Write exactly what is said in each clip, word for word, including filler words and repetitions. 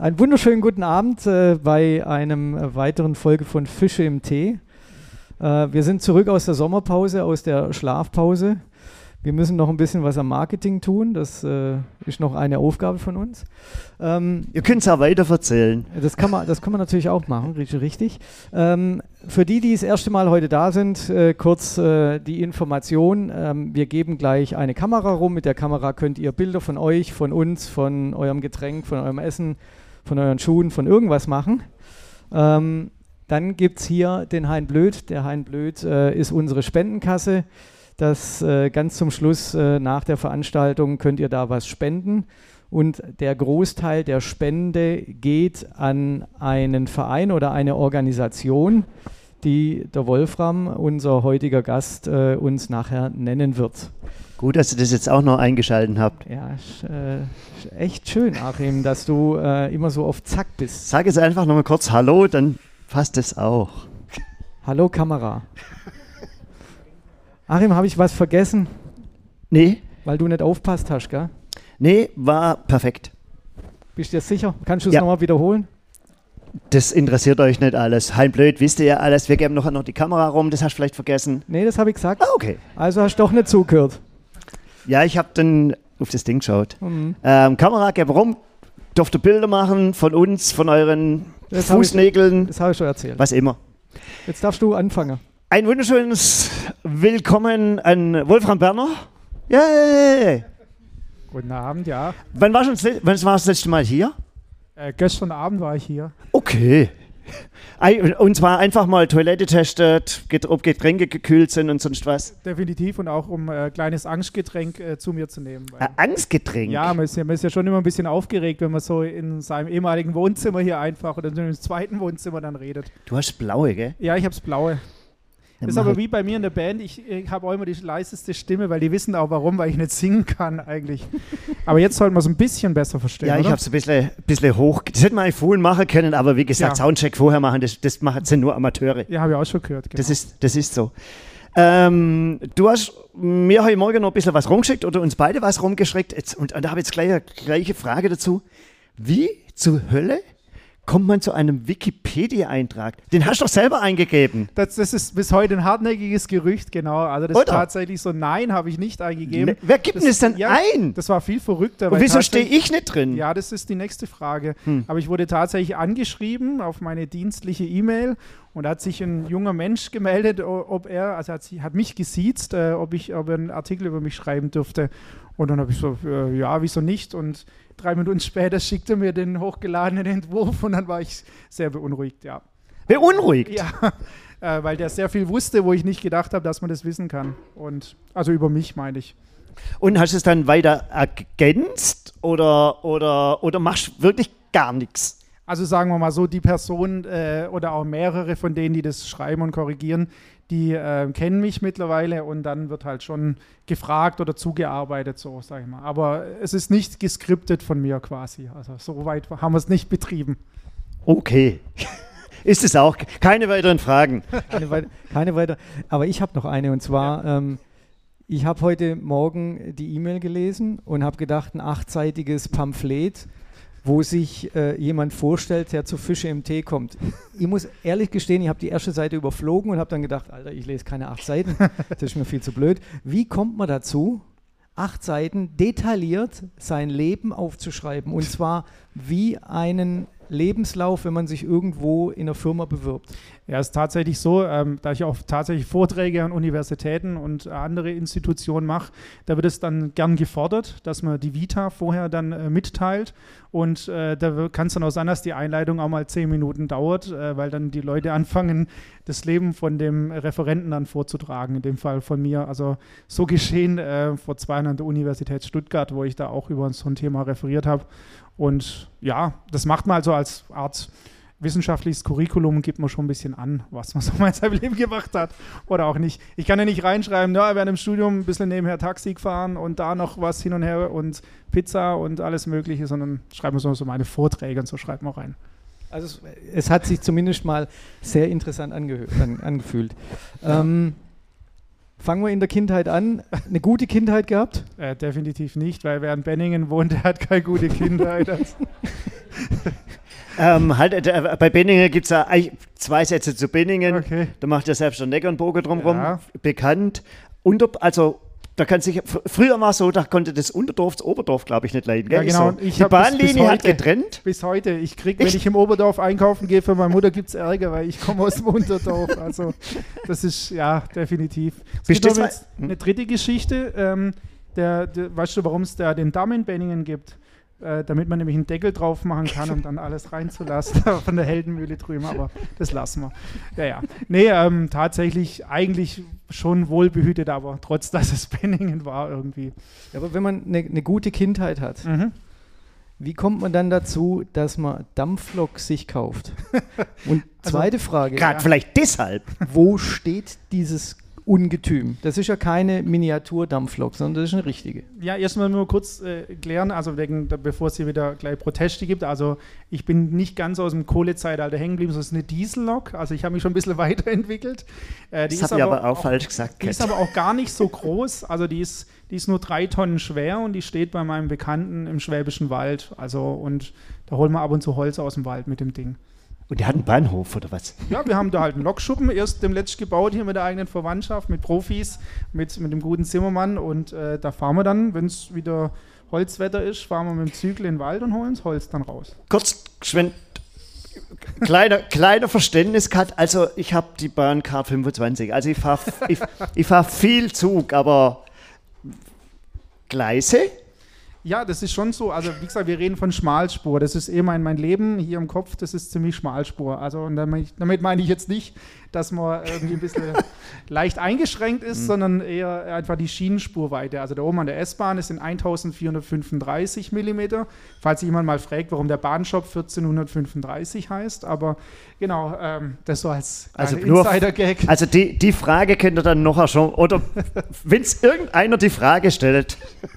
einen wunderschönen guten Abend äh, bei einem äh, weiteren Folge von Fische im Tee. Äh, wir sind zurück aus der Sommerpause, aus der Schlafpause. Wir müssen noch ein bisschen was am Marketing tun. Das äh, ist noch eine Aufgabe von uns. Ähm, Ihr könnt es auch weiter erzählen. Das kann man, das kann man natürlich auch machen, richtig. richtig. Ähm, für die, die das erste Mal heute da sind, äh, kurz äh, die Information. Ähm, wir geben gleich eine Kamera rum. Mit der Kamera könnt ihr Bilder von euch, von uns, von eurem Getränk, von eurem Essen, von euren Schuhen, von irgendwas machen. Ähm, dann gibt es hier den Hein Blöd. Der Hein Blöd äh, ist unsere Spendenkasse. Das äh, ganz zum Schluss äh, nach der Veranstaltung könnt ihr da was spenden und der Großteil der Spende geht an einen Verein oder eine Organisation, die der Wolfram, unser heutiger Gast, äh, uns nachher nennen wird. Gut, dass ihr das jetzt auch noch eingeschaltet habt. Ja, ist, äh, ist echt schön, Achim, dass du äh, immer so auf Zack bist. Sag jetzt einfach nochmal kurz Hallo, dann passt es auch. Hallo Kamera. Achim, habe ich was vergessen? Nee. Weil du nicht aufpasst hast, gell? Nee, war perfekt. Bist du dir sicher? Kannst du es ja. nochmal wiederholen? Das interessiert euch nicht alles. Hein Blöd, wisst ihr ja alles. Wir geben noch, noch die Kamera rum, das hast du vielleicht vergessen. Nee, das habe ich gesagt. Ah, okay. Also hast du doch nicht zugehört. Ja, ich habe dann auf das Ding geschaut. Mhm. Ähm, Kamera, geben rum, dürft ihr Bilder machen von uns, von euren das Fußnägeln. Hab ich, das habe ich schon erzählt. Was immer. Jetzt darfst du anfangen. Ein wunderschönes Willkommen an Wolfram Berner. Yay! Guten Abend, ja. Wann war schon, wann war das letzte Mal hier? Äh, gestern Abend war ich hier. Okay. Und zwar einfach mal Toilette testet, ob Getränke gekühlt sind und sonst was. Definitiv und auch um ein äh, kleines Angstgetränk äh, zu mir zu nehmen. Ein Angstgetränk? Ja man, ist ja, man ist ja schon immer ein bisschen aufgeregt, wenn man so in seinem ehemaligen Wohnzimmer hier einfach oder im zweiten Wohnzimmer dann redet. Du hast blaue, gell? Ja, ich hab's blaue. Das ist aber wie bei mir in der Band, ich, ich habe auch immer die leiseste Stimme, weil die wissen auch warum, weil ich nicht singen kann eigentlich. Aber jetzt sollten wir es ein bisschen besser verstehen, Ja, ich habe es ein bisschen, bisschen hoch, das hätten wir eigentlich vorhin machen können, aber wie gesagt, ja. Soundcheck vorher machen, das, das machen, sind nur Amateure. Ja, habe ich auch schon gehört. Genau. Das, ist, das ist so. Ähm, du hast mir heute Morgen noch ein bisschen was rumgeschickt oder uns beide was rumgeschickt jetzt, und, und da habe ich jetzt gleich eine gleiche Frage dazu. Wie zur Hölle kommt man zu einem Wikipedia-Eintrag? Den hast du doch selber eingegeben. Das, das ist bis heute ein hartnäckiges Gerücht, genau. Also das Oder? ist tatsächlich so, nein, habe ich nicht eingegeben. Ne, wer gibt das, denn es denn ja, ein? Das war viel verrückter. Und wieso stehe ich nicht drin? Ja, das ist die nächste Frage. Hm. Aber ich wurde tatsächlich angeschrieben auf meine dienstliche E-Mail und da hat sich ein junger Mensch gemeldet, ob er, also hat, hat mich gesiezt, äh, ob ich ob er einen Artikel über mich schreiben dürfte. Und dann habe ich so, äh, ja, wieso nicht? Und drei Minuten später schickte er mir den hochgeladenen Entwurf und dann war ich sehr beunruhigt, ja. Beunruhigt? Ja, äh, weil der sehr viel wusste, wo ich nicht gedacht habe, dass man das wissen kann. Und also über mich, meine ich. Und hast du es dann weiter ergänzt oder, oder, oder machst du wirklich gar nichts? Also sagen wir mal so, die Person äh, oder auch mehrere von denen, die das schreiben und korrigieren, die äh, kennen mich mittlerweile und dann wird halt schon gefragt oder zugearbeitet, so sag ich mal. Aber es ist nicht geskriptet von mir quasi. Also so weit haben wir es nicht betrieben. Okay. Ist es auch. Keine weiteren Fragen. Keine, wei- keine weiteren. Aber ich habe noch eine und zwar, ja. ähm, ich habe heute Morgen die E-Mail gelesen und habe gedacht, ein achtseitiges Pamphlet, wo sich äh, jemand vorstellt, der zu Fische im Tee kommt. Ich muss ehrlich gestehen, ich habe die erste Seite überflogen und habe dann gedacht, Alter, ich lese keine acht Seiten, das ist mir viel zu blöd. Wie kommt man dazu, acht Seiten detailliert sein Leben aufzuschreiben? Und zwar wie einen Lebenslauf, wenn man sich irgendwo in einer Firma bewirbt. Ja, es ist tatsächlich so, ähm, da ich auch tatsächlich Vorträge an Universitäten und äh, andere Institutionen mache, da wird es dann gern gefordert, dass man die Vita vorher dann äh, mitteilt und äh, da kann es dann auch sein, dass die Einleitung auch mal zehn Minuten dauert, äh, weil dann die Leute anfangen, das Leben von dem Referenten dann vorzutragen, in dem Fall von mir. Also so geschehen äh, vor zwei Jahren an der Universität Stuttgart, wo ich da auch über so ein Thema referiert habe. Und ja, das macht man also als Art wissenschaftliches Curriculum, gibt man schon ein bisschen an, was man so mal in seinem Leben gemacht hat oder auch nicht. Ich kann ja nicht reinschreiben, ja, während im Studium ein bisschen nebenher Taxi gefahren und da noch was hin und her und Pizza und alles Mögliche, sondern schreiben wir so, so meine Vorträge und so schreiben wir rein. Also es, es hat sich zumindest mal sehr interessant angehö- an, angefühlt. Ja. Ähm, Fangen wir in der Kindheit an. Eine gute Kindheit gehabt? Äh, definitiv nicht, weil wer in Benningen wohnt, der hat keine gute Kindheit. Ähm, halt, äh, bei Benningen gibt es ja zwei Sätze zu Benningen. Okay. Da macht ja selbst der Neckernbogen drumherum Ja. bekannt. Unter, also, da kann sich, fr- früher war es so, da konnte das Unterdorf das Oberdorf, glaube ich, nicht leiden. Gell? Ja, genau. So. Ich Die hab das bis Bahnlinie hat heute. getrennt. Bis heute. Ich krieg, wenn ich im Oberdorf einkaufen gehe, für meine Mutter gibt es Ärger, weil ich komme aus dem Unterdorf. Also das ist, ja, definitiv. Es Bist gibt du aber zwei- jetzt eine dritte Geschichte. Ähm, der, der, weißt du, warum es da den Damm in Benningen gibt? Äh, damit man nämlich einen Deckel drauf machen kann, um dann alles reinzulassen von der Heldenmühle drüben, aber das lassen wir. Ja, ja. Nee, ähm, tatsächlich eigentlich schon wohlbehütet, aber trotz, dass es Benningen war irgendwie. Ja, aber wenn man eine ne gute Kindheit hat, Mhm. wie kommt man dann dazu, dass man Dampflok sich kauft? Und Also, zweite Frage, Gerade vielleicht deshalb. wo steht dieses Ungetüm? Das ist ja keine Miniatur-Dampflok, sondern das ist eine richtige. Ja, erstmal nur kurz äh, klären, also wegen, da, bevor es hier wieder gleich Proteste gibt, also ich bin nicht ganz aus dem Kohlezeitalter hängen geblieben, sondern es ist eine Diesellok, also ich habe mich schon ein bisschen weiterentwickelt. Äh, die Das ist habe ich aber auch falsch gesagt. Die ist aber auch gar nicht so groß, also die ist, die ist nur drei Tonnen schwer und die steht bei meinem Bekannten im Schwäbischen Wald, also und da holen wir ab und zu Holz aus dem Wald mit dem Ding. Und der hat einen Bahnhof, oder was? Ja, wir haben da halt einen Lokschuppen, erst demnächst gebaut hier mit der eigenen Verwandtschaft, mit Profis, mit, mit dem guten Zimmermann und äh, da fahren wir dann, wenn es wieder Holzwetter ist, fahren wir mit dem Zügel in den Wald und holen das Holz dann raus. Kurz, Schwen kleiner, kleiner Verständniscut. Also, ich habe die Bahncard fünfundzwanzig. Also, ich fahre ich, ich fahr viel Zug, aber Gleise? Ja, das ist schon so. Also, wie gesagt, wir reden von Schmalspur. Das ist eh mein, mein Leben hier im Kopf, das ist ziemlich Schmalspur. Also, und damit, damit meine ich jetzt nicht, dass man irgendwie ein bisschen leicht eingeschränkt ist, mhm. sondern eher einfach die Schienenspurweite. Also, da oben an der S-Bahn ist in eintausendvierhundertfünfunddreißig Millimeter. Falls sich jemand mal fragt, warum der Bahnshop vierzehnhundertfünfunddreißig heißt. Aber genau, ähm, das so als also Insider-Gag. Also, die, die Frage könnt ihr dann noch schon. Oder wenn es irgendeiner die Frage stellt.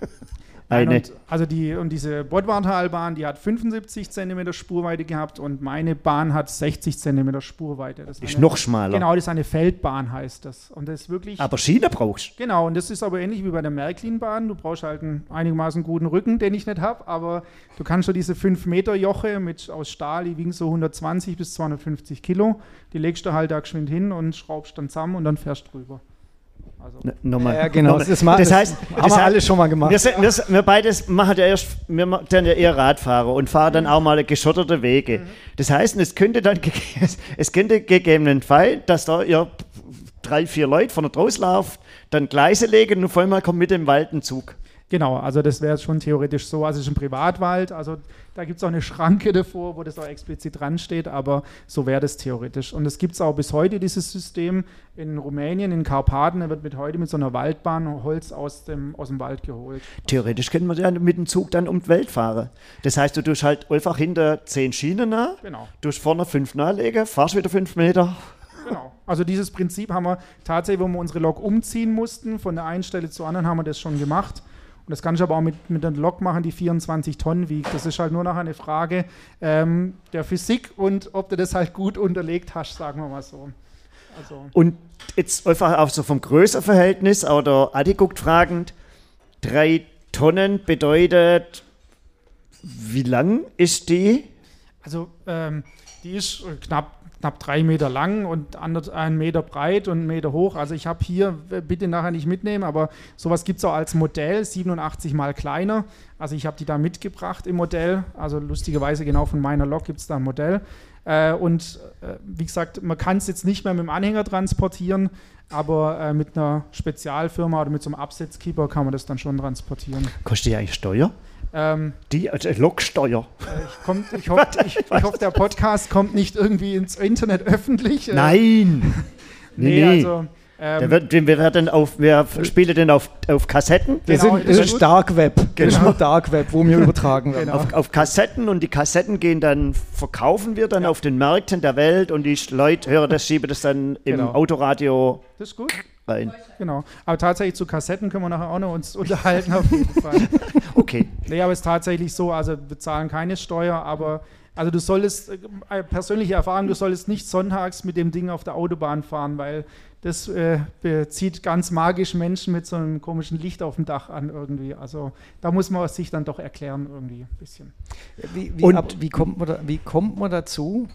Nein, und, also die, und diese Bottwartalbahn, die hat fünfundsiebzig Zentimeter Spurweite gehabt und meine Bahn hat sechzig Zentimeter Spurweite. Das ist eine, noch schmaler. Genau, das ist eine Feldbahn, heißt das. Und das ist wirklich. Aber Schiene brauchst du. Genau, und das ist aber ähnlich wie bei der Märklin-Bahn. Du brauchst halt einen einigermaßen guten Rücken, den ich nicht habe, aber du kannst so diese fünf Meter Joche mit, aus Stahl, die wiegen so hundertzwanzig bis zweihundertfünfzig Kilo, die legst du halt da geschwind hin und schraubst dann zusammen und dann fährst drüber. Also. N- nochmal. Ja, genau. Nochmal. Das, ma- das das heißt, haben das wir heißt, alle schon mal gemacht. Wir, sind, wir, wir beides machen ja erst, wir machen dann ja eher Radfahrer und fahren dann auch mal geschotterte Wege. Das heißt, es könnte dann, es könnte gegebenenfalls, dass da ihr drei, vier Leute von der Draus lauft, dann Gleise legen und voll mal kommt mit dem Wald ein Zug. Genau, also das wäre schon theoretisch so. Also es ist ein Privatwald, also da gibt es auch eine Schranke davor, wo das auch explizit dran steht, aber so wäre das theoretisch. Und es gibt es auch bis heute, dieses System in Rumänien, in Karpaten, da wird mit heute mit so einer Waldbahn Holz aus dem, aus dem Wald geholt. Theoretisch können wir ja mit dem Zug dann um die Welt fahren. Das heißt, du tust halt einfach hinter zehn Schienen nah, Genau. tust vorne fünf nachlegen, fahrst wieder fünf Meter. Genau. Also dieses Prinzip haben wir tatsächlich, wo wir unsere Lok umziehen mussten, von der einen Stelle zur anderen haben wir das schon gemacht. Und das kann ich aber auch mit, mit einer Lok machen, die vierundzwanzig Tonnen wiegt. Das ist halt nur noch eine Frage ähm, der Physik und ob du das halt gut unterlegt hast, sagen wir mal so. Also. Und jetzt einfach auch so vom Größenverhältnis oder Adi guckt fragend, drei Tonnen bedeutet, wie lang ist die? Also ähm, die ist äh, knapp knapp drei Meter lang und einen Meter breit und einen Meter hoch. Also ich habe hier, bitte nachher nicht mitnehmen, aber sowas gibt es auch als Modell, siebenundachtzig mal kleiner. Also ich habe die da mitgebracht im Modell. Also lustigerweise genau von meiner Lok gibt es da ein Modell. Äh, und äh, wie gesagt, man kann es jetzt nicht mehr mit dem Anhänger transportieren, aber äh, mit einer Spezialfirma oder mit so einem Absetzkeeper kann man das dann schon transportieren. Kostet die eigentlich Steuer? Ähm, die also Loksteuer. Äh, ich, kommt, ich hoffe, ich, ich hoff, der Podcast kommt nicht irgendwie ins Internet öffentlich. Äh, Nein! nee, nee, also. Ähm, der wird, wir werden auf, wer spielt denn auf, auf Kassetten? Das, Genau, sind, das das ist Dark Web. Das ist Genau. nur Dark Web, wo wir übertragen werden. Genau. Auf, auf Kassetten und die Kassetten gehen dann, verkaufen wir dann Ja. auf den Märkten der Welt und die Leute hören das, schieben das dann im Genau. Autoradio. Das ist gut. rein. Genau. Aber tatsächlich zu Kassetten können wir nachher auch noch uns unterhalten auf jeden Fall. Okay. Nee, aber es ist tatsächlich so, also wir zahlen keine Steuer, aber also du solltest, äh, persönliche Erfahrung, du solltest nicht sonntags mit dem Ding auf der Autobahn fahren, weil das äh, bezieht ganz magisch Menschen mit so einem komischen Licht auf dem Dach an irgendwie. Also da muss man sich dann doch erklären irgendwie ein bisschen. Wie, wie, ab, wie, kommt, man da, wie kommt man dazu,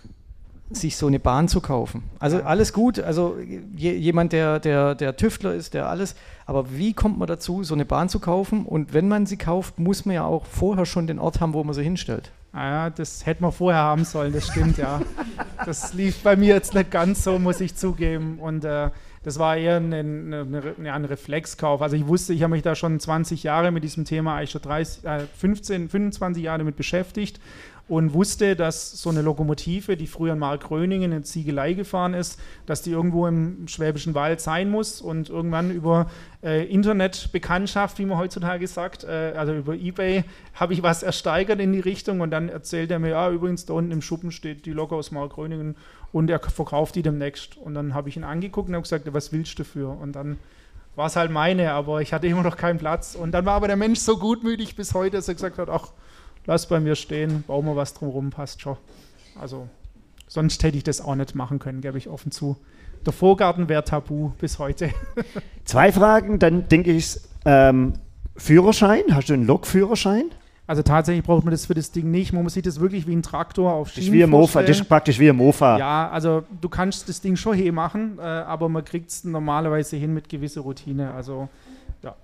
sich so eine Bahn zu kaufen? Also alles gut, also je, jemand, der, der, der Tüftler ist, der alles, aber wie kommt man dazu, so eine Bahn zu kaufen? Und wenn man sie kauft, muss man ja auch vorher schon den Ort haben, wo man sie hinstellt. Ah ja, das hätte man vorher haben sollen, das stimmt, ja. Das lief bei mir jetzt nicht ganz so, muss ich zugeben. Und äh, das war eher ein, eine, eine, ein Reflexkauf. Also ich wusste, ich habe mich da schon zwanzig Jahre mit diesem Thema, eigentlich schon dreißig, äh, fünfzehn, fünfundzwanzig Jahre damit beschäftigt und wusste, dass so eine Lokomotive, die früher in Markgröningen in Ziegelei gefahren ist, dass die irgendwo im Schwäbischen Wald sein muss und irgendwann über äh, Internetbekanntschaft, wie man heutzutage sagt, äh, also über eBay, habe ich was ersteigert in die Richtung und dann erzählt er mir, ja, übrigens da unten im Schuppen steht die Lok aus Markgröningen und er verkauft die demnächst. Und dann habe ich ihn angeguckt und habe gesagt, was willst du dafür? Und dann war es halt meine, aber ich hatte immer noch keinen Platz. Und dann war aber der Mensch so gutmütig bis heute, dass er gesagt hat, ach, lass bei mir stehen, bauen wir was drumherum, passt schon. Also sonst hätte ich das auch nicht machen können, gebe ich offen zu. Der Vorgarten wäre tabu bis heute. Zwei Fragen, dann denke ich, ähm, Führerschein, hast du einen Lokführerschein? Also tatsächlich braucht man das für das Ding nicht. Man muss sich das wirklich wie ein Traktor auf Schienen das ist wie ein Mofa, vorstellen. Das ist praktisch wie ein Mofa. Ja, also du kannst das Ding schon hier machen, äh, aber man kriegt es normalerweise hin mit gewisser Routine. Also ja.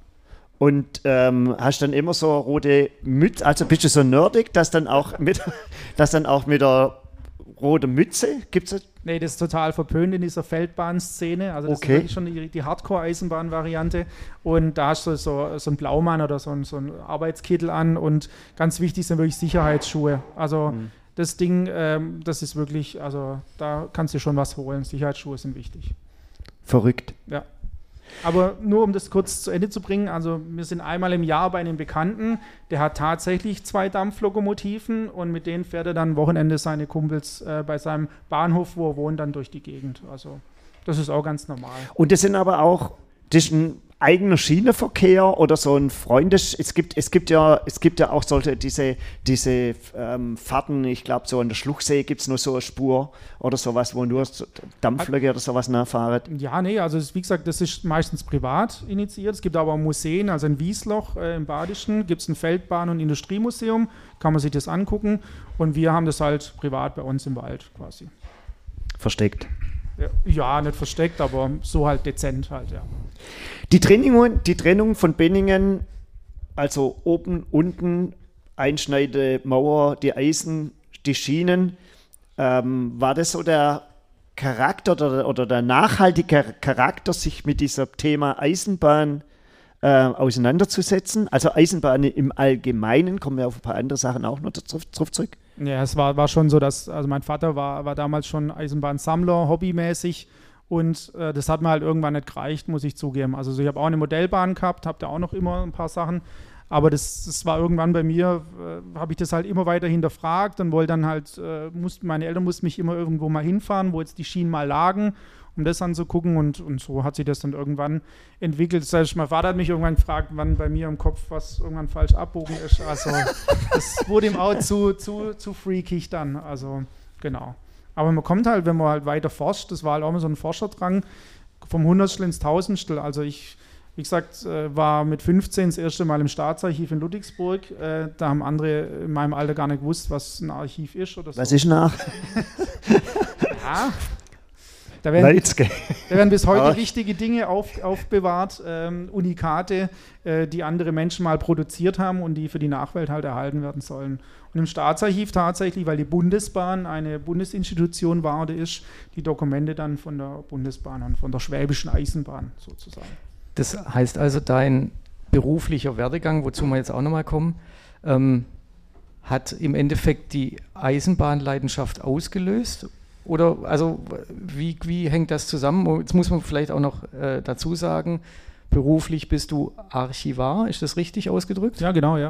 Und ähm, hast dann immer so rote Mütze, also bist du so nerdig, dass dann auch mit, dass dann auch mit der roten Mütze, gibt es? Nee, das ist total verpönt in dieser Feldbahnszene. Also das okay. ist wirklich schon die, die Hardcore-Eisenbahn-Variante. Und da hast du so, so einen Blaumann oder so einen, so einen Arbeitskittel an. Und ganz wichtig sind wirklich Sicherheitsschuhe. Also mhm. das Ding, ähm, das ist wirklich, also da kannst du schon was holen. Sicherheitsschuhe sind wichtig. Verrückt. Ja. Aber nur um das kurz zu Ende zu bringen, also wir sind einmal im Jahr bei einem Bekannten, der hat tatsächlich zwei Dampflokomotiven und mit denen fährt er dann am Wochenende seine Kumpels äh, bei seinem Bahnhof, wo er wohnt, dann durch die Gegend. Also das ist auch ganz normal. Und das sind aber auch, das ist ein eigener Schienenverkehr oder so ein Freundes... Es gibt, es gibt, ja, es gibt ja auch solche, diese, diese ähm, Fahrten, ich glaube so an der Schluchsee gibt es nur so eine Spur oder sowas, wo nur so Dampflöcke oder sowas nachfahren. Ja, nee, also das, wie gesagt, das ist meistens privat initiiert. Es gibt aber auch Museen, also in Wiesloch äh, im Badischen gibt es ein Feldbahn- und Industriemuseum, kann man sich das angucken und wir haben das halt privat bei uns im Wald quasi. Versteckt. Ja, ja, nicht versteckt, aber so halt dezent halt, ja. Die Trennung, die Trennung von Benningen, also oben, unten, einschneide Mauer, die Eisen, die Schienen, ähm, war das so der Charakter oder, oder der nachhaltige Charakter, sich mit diesem Thema Eisenbahn äh, auseinanderzusetzen? Also Eisenbahn im Allgemeinen, kommen wir auf ein paar andere Sachen auch noch drauf zurück. Ja, es war, war schon so, dass, also mein Vater war, war damals schon Eisenbahnsammler, hobbymäßig. Und äh, das hat mir halt irgendwann nicht gereicht, muss ich zugeben. Also so, ich habe auch eine Modellbahn gehabt, habe da auch noch immer ein paar Sachen. Aber das, das war irgendwann bei mir, äh, habe ich das halt immer weiter hinterfragt und wollte dann halt, äh, mussten, meine Eltern mussten mich immer irgendwo mal hinfahren, wo jetzt die Schienen mal lagen, um das anzugucken. Und, und so hat sich das dann irgendwann entwickelt. Das heißt, mein Vater hat mich irgendwann gefragt, wann bei mir im Kopf was irgendwann falsch abbogen ist. Also das wurde ihm auch zu, zu, zu freakig dann. Also genau. Aber man kommt halt, wenn man halt weiter forscht, das war halt auch immer so ein Forscherdrang, vom Hundertstel ins Tausendstel. Also ich, wie gesagt, war mit fünfzehn das erste Mal im Staatsarchiv in Ludwigsburg. Da haben andere in meinem Alter gar nicht gewusst, was ein Archiv ist oder so. Was ist nach? Ja. Da werden, da werden bis heute wichtige Dinge auf, aufbewahrt, ähm, Unikate, äh, die andere Menschen mal produziert haben und die für die Nachwelt halt erhalten werden sollen. Und im Staatsarchiv tatsächlich, weil die Bundesbahn eine Bundesinstitution war oder ist, die Dokumente dann von der Bundesbahn und von der Schwäbischen Eisenbahn sozusagen. Das heißt also, dein beruflicher Werdegang, wozu wir jetzt auch nochmal kommen, ähm, hat im Endeffekt die Eisenbahnleidenschaft ausgelöst? Oder also wie, wie hängt das zusammen? Jetzt muss man vielleicht auch noch äh, dazu sagen, beruflich bist du Archivar, ist das richtig ausgedrückt? Ja, genau, ja. ja.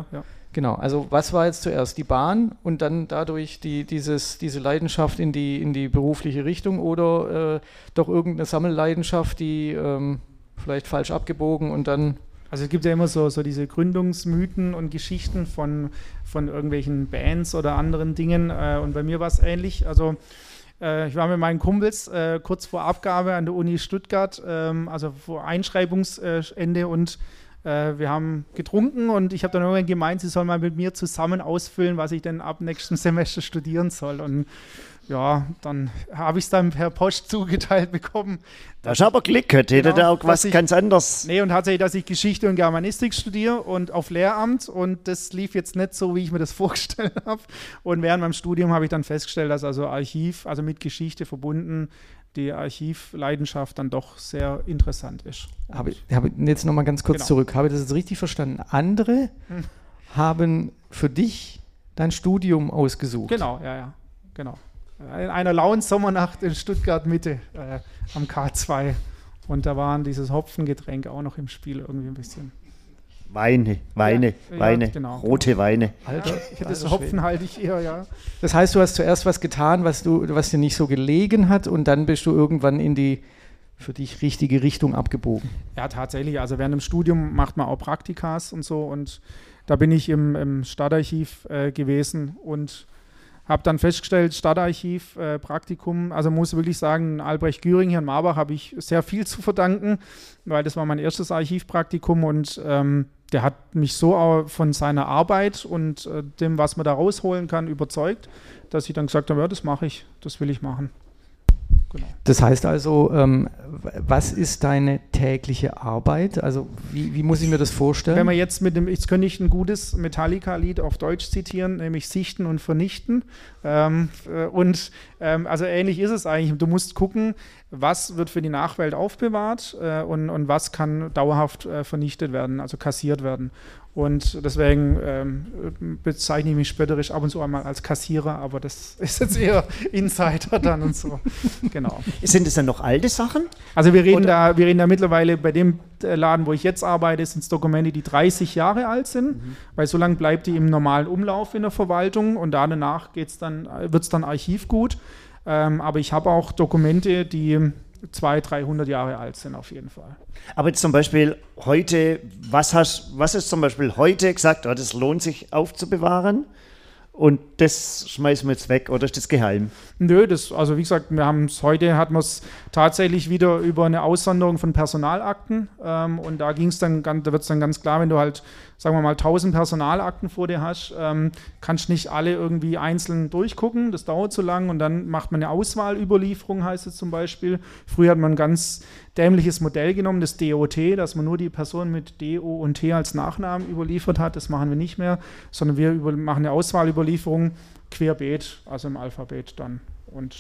Genau, also was war jetzt zuerst, die Bahn und dann dadurch die, dieses, diese Leidenschaft in die, in die berufliche Richtung oder äh, doch irgendeine Sammelleidenschaft, die ähm, vielleicht falsch abgebogen und dann... Also es gibt ja immer so, so diese Gründungsmythen und Geschichten von, von irgendwelchen Bands oder anderen Dingen äh, und bei mir war es ähnlich. Also äh, ich war mit meinen Kumpels äh, kurz vor Abgabe an der Uni Stuttgart, ähm, also vor Einschreibungsende und äh, wir haben getrunken und ich habe dann irgendwann gemeint, sie sollen mal mit mir zusammen ausfüllen, was ich denn ab nächstem Semester studieren soll und ja, dann habe ich es dann per Post zugeteilt bekommen. Das ist aber Glück, hätte Genau, da auch was ich, ganz anderes. Nee, und tatsächlich, dass ich Geschichte und Germanistik studiere und auf Lehramt und das lief jetzt nicht so, wie ich mir das vorgestellt habe. Und während meinem Studium habe ich dann festgestellt, dass also Archiv, also mit Geschichte verbunden, die Archivleidenschaft dann doch sehr interessant ist. Habe ich, habe jetzt nochmal ganz kurz Genau. zurück, habe ich das jetzt richtig verstanden? Andere hm. haben für dich dein Studium ausgesucht? Genau, ja, ja, genau. In einer lauen Sommernacht in Stuttgart Mitte äh, am K zwei. Und da waren dieses Hopfengetränk auch noch im Spiel irgendwie ein bisschen. Weine, Weine, ja, Weine, ja, genau. rote Weine. Alter, ja, das Hopfen halte ich eher, ja. Das heißt, du hast zuerst was getan, was, du, was dir nicht so gelegen hat und dann bist du irgendwann in die für dich richtige Richtung abgebogen. Ja, tatsächlich. Also während dem Studium macht man auch Praktikas und so. Und da bin ich im, im Stadtarchiv äh, gewesen und habe dann festgestellt, Stadtarchiv, äh, Praktikum, also muss wirklich sagen, Albrecht Güring hier in Marbach habe ich sehr viel zu verdanken, weil das war mein erstes Archivpraktikum und ähm, der hat mich so auch von seiner Arbeit und äh, dem, was man da rausholen kann, überzeugt, dass ich dann gesagt habe, ja, das mache ich, das will ich machen. Genau. Das heißt also, ähm, was ist deine tägliche Arbeit? Also wie, wie muss ich mir das vorstellen? Wenn man jetzt mit dem, jetzt könnte ich ein gutes Metallica-Lied auf Deutsch zitieren, nämlich Sichten und Vernichten. Ähm, äh, und ähm, also ähnlich ist es eigentlich. Du musst gucken, was wird für die Nachwelt aufbewahrt äh, und, und was kann dauerhaft äh, vernichtet werden, also kassiert werden. Und deswegen ähm, bezeichne ich mich spötterisch ab und zu einmal als Kassierer, aber das ist jetzt eher Insider dann und so. Genau. Sind es dann noch alte Sachen? Also wir reden, da, wir reden da mittlerweile, bei dem Laden, wo ich jetzt arbeite, sind es Dokumente, die dreißig Jahre alt sind, mhm. weil so lange bleibt die im normalen Umlauf in der Verwaltung und danach geht's dann, wird es dann Archivgut. Ähm, aber ich habe auch Dokumente, die zweihundert, dreihundert Jahre alt sind auf jeden Fall. Aber jetzt zum Beispiel heute, was hast, was ist zum Beispiel heute gesagt, oh, das lohnt sich aufzubewahren und das schmeißen wir jetzt weg oder ist das geheim? Nö, das, also wie gesagt, wir haben es heute, hat man es tatsächlich wieder über eine Aussonderung von Personalakten ähm, und da ging es dann, da wird es dann ganz klar, wenn du halt, sagen wir mal, tausend Personalakten vor dir hast, ähm, kannst nicht alle irgendwie einzeln durchgucken, das dauert zu lang und dann macht man eine Auswahlüberlieferung, heißt es zum Beispiel. Früher hat man ein ganz dämliches Modell genommen, das D O T, dass man nur die Person mit D, O und T als Nachnamen überliefert hat, das machen wir nicht mehr, sondern wir über, machen eine Auswahlüberlieferung querbeet, also im Alphabet dann. Und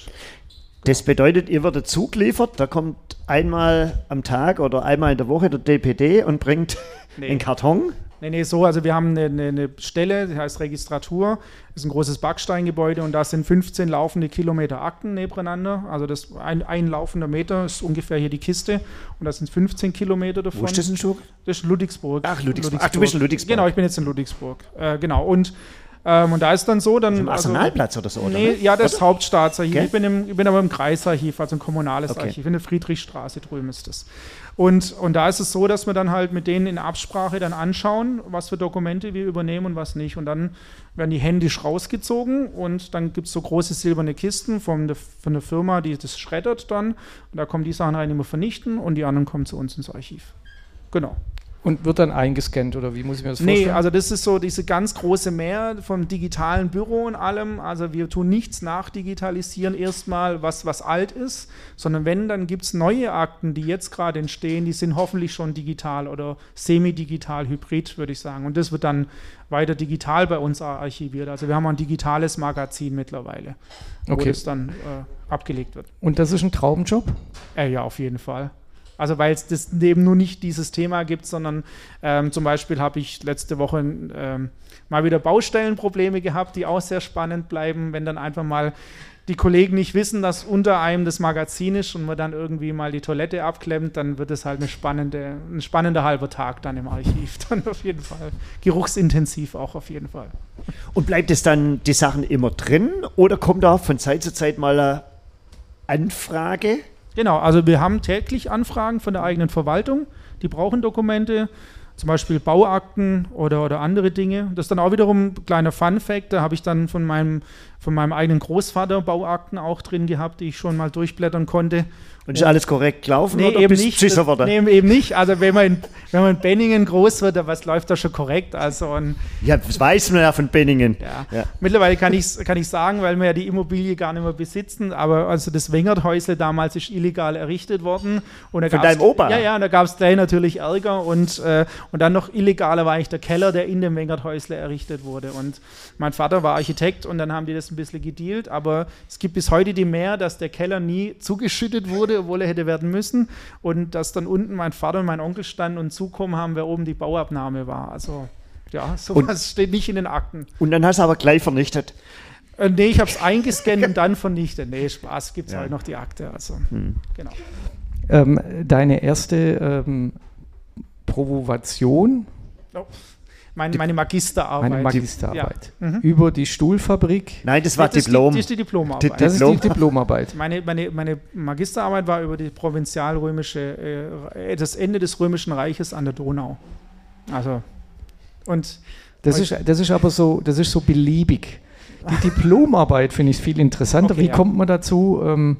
das bedeutet, ihr werdet zugeliefert, da kommt einmal am Tag oder einmal in der Woche der D P D und bringt nee. einen Karton. Nee, nee, so, also wir haben eine, eine, eine Stelle, die heißt Registratur, das ist ein großes Backsteingebäude und da sind fünfzehn laufende Kilometer Akten nebeneinander, also das ein, ein laufender Meter ist ungefähr hier die Kiste und das sind fünfzehn Kilometer davon. Wo ist das in Stuttgart? Das ist Ludwigsburg. Ach, Ludwigsburg. Ludwigsburg. Ach, du bist in Ludwigsburg. Genau, ich bin jetzt in Ludwigsburg, äh, genau, und Ähm, und da ist dann so, dann. Im Arsenalplatz also, oder so, oder? Nee, ja, das oder? Hauptstaatsarchiv. Okay. Ich bin, im, ich bin aber im Kreisarchiv, also ein kommunales okay. Archiv. In der Friedrichstraße drüben ist das. Und, und da ist es so, dass wir dann halt mit denen in Absprache dann anschauen, was für Dokumente wir übernehmen und was nicht. Und dann werden die händisch rausgezogen und dann gibt es so große silberne Kisten von der, von der Firma, die das schreddert dann. Und da kommen die Sachen rein, die wir vernichten und die anderen kommen zu uns ins Archiv. Genau. Und wird dann eingescannt oder wie muss ich mir das vorstellen? Nee, also das ist so diese ganz große Mehr vom digitalen Büro und allem. Also wir tun nichts nachdigitalisieren erstmal, was, was alt ist, sondern wenn, dann gibt es neue Akten, die jetzt gerade entstehen, die sind hoffentlich schon digital oder semi-digital, hybrid, würde ich sagen. Und das wird dann weiter digital bei uns archiviert. Also wir haben ein digitales Magazin mittlerweile, wo okay. das dann äh, abgelegt wird. Und das ist ein Traumjob? Äh, ja, auf jeden Fall. Also weil es das eben nur nicht dieses Thema gibt, sondern ähm, zum Beispiel habe ich letzte Woche ähm, mal wieder Baustellenprobleme gehabt, die auch sehr spannend bleiben, wenn dann einfach mal die Kollegen nicht wissen, dass unter einem das Magazin ist und man dann irgendwie mal die Toilette abklemmt, dann wird es halt eine spannende, ein spannender halber Tag dann im Archiv. Dann auf jeden Fall. Geruchsintensiv auch auf jeden Fall. Und bleibt es dann die Sachen immer drin oder kommt da von Zeit zu Zeit mal eine Anfrage? Genau, also wir haben täglich Anfragen von der eigenen Verwaltung, die brauchen Dokumente, zum Beispiel Bauakten oder, oder andere Dinge. Das ist dann auch wiederum ein kleiner Fun-Fact, da habe ich dann von meinem, von meinem eigenen Großvater Bauakten auch drin gehabt, die ich schon mal durchblättern konnte. Und ist alles korrekt gelaufen Nee, oder eben bist nicht. du Das, nee, eben nicht. Also wenn man in, wenn man in Benningen groß wird, was läuft da schon korrekt? Also ein, Ja, das weiß man ja von Benningen. ja. Ja. Mittlerweile kann ich kann ich sagen, weil wir ja die Immobilie gar nicht mehr besitzen, aber also das Wengerthäusle damals ist illegal errichtet worden. Und da Von gab's, deinem Opa? Ja, ja, und da gab es gleich natürlich Ärger und, äh, und dann noch illegaler war eigentlich der Keller, der in dem Wengerthäusle errichtet wurde. Und mein Vater war Architekt und dann haben die das ein bisschen gedealt, aber es gibt bis heute die Mehr, dass der Keller nie zugeschüttet wurde, obwohl er hätte werden müssen und dass dann unten mein Vater und mein Onkel standen und zukommen haben, wer oben die Bauabnahme war. Also ja, sowas und, steht nicht in den Akten. Und dann hast du aber gleich vernichtet. Äh, nee, ich habe es eingescannt und dann vernichtet. Nee, Spaß, gibt es Ja. heute noch die Akte. Also, Hm. genau. Ähm, deine erste ähm, Provokation, Oh. Mein, meine Magisterarbeit. meine Magisterarbeit, Ja. Mhm. über die Stuhlfabrik. Nein, das war das ist Diplom. Die, das ist die Diplomarbeit. Die- Das Diplom. ist die Diplomarbeit. Meine, meine, meine Magisterarbeit war über die provinzialrömische, äh, das Ende des Römischen Reiches an der Donau. Also, und Das ist, das ist aber so, das ist so beliebig. Die Diplomarbeit finde ich viel interessanter. Okay, Wie ja. kommt man dazu, ähm,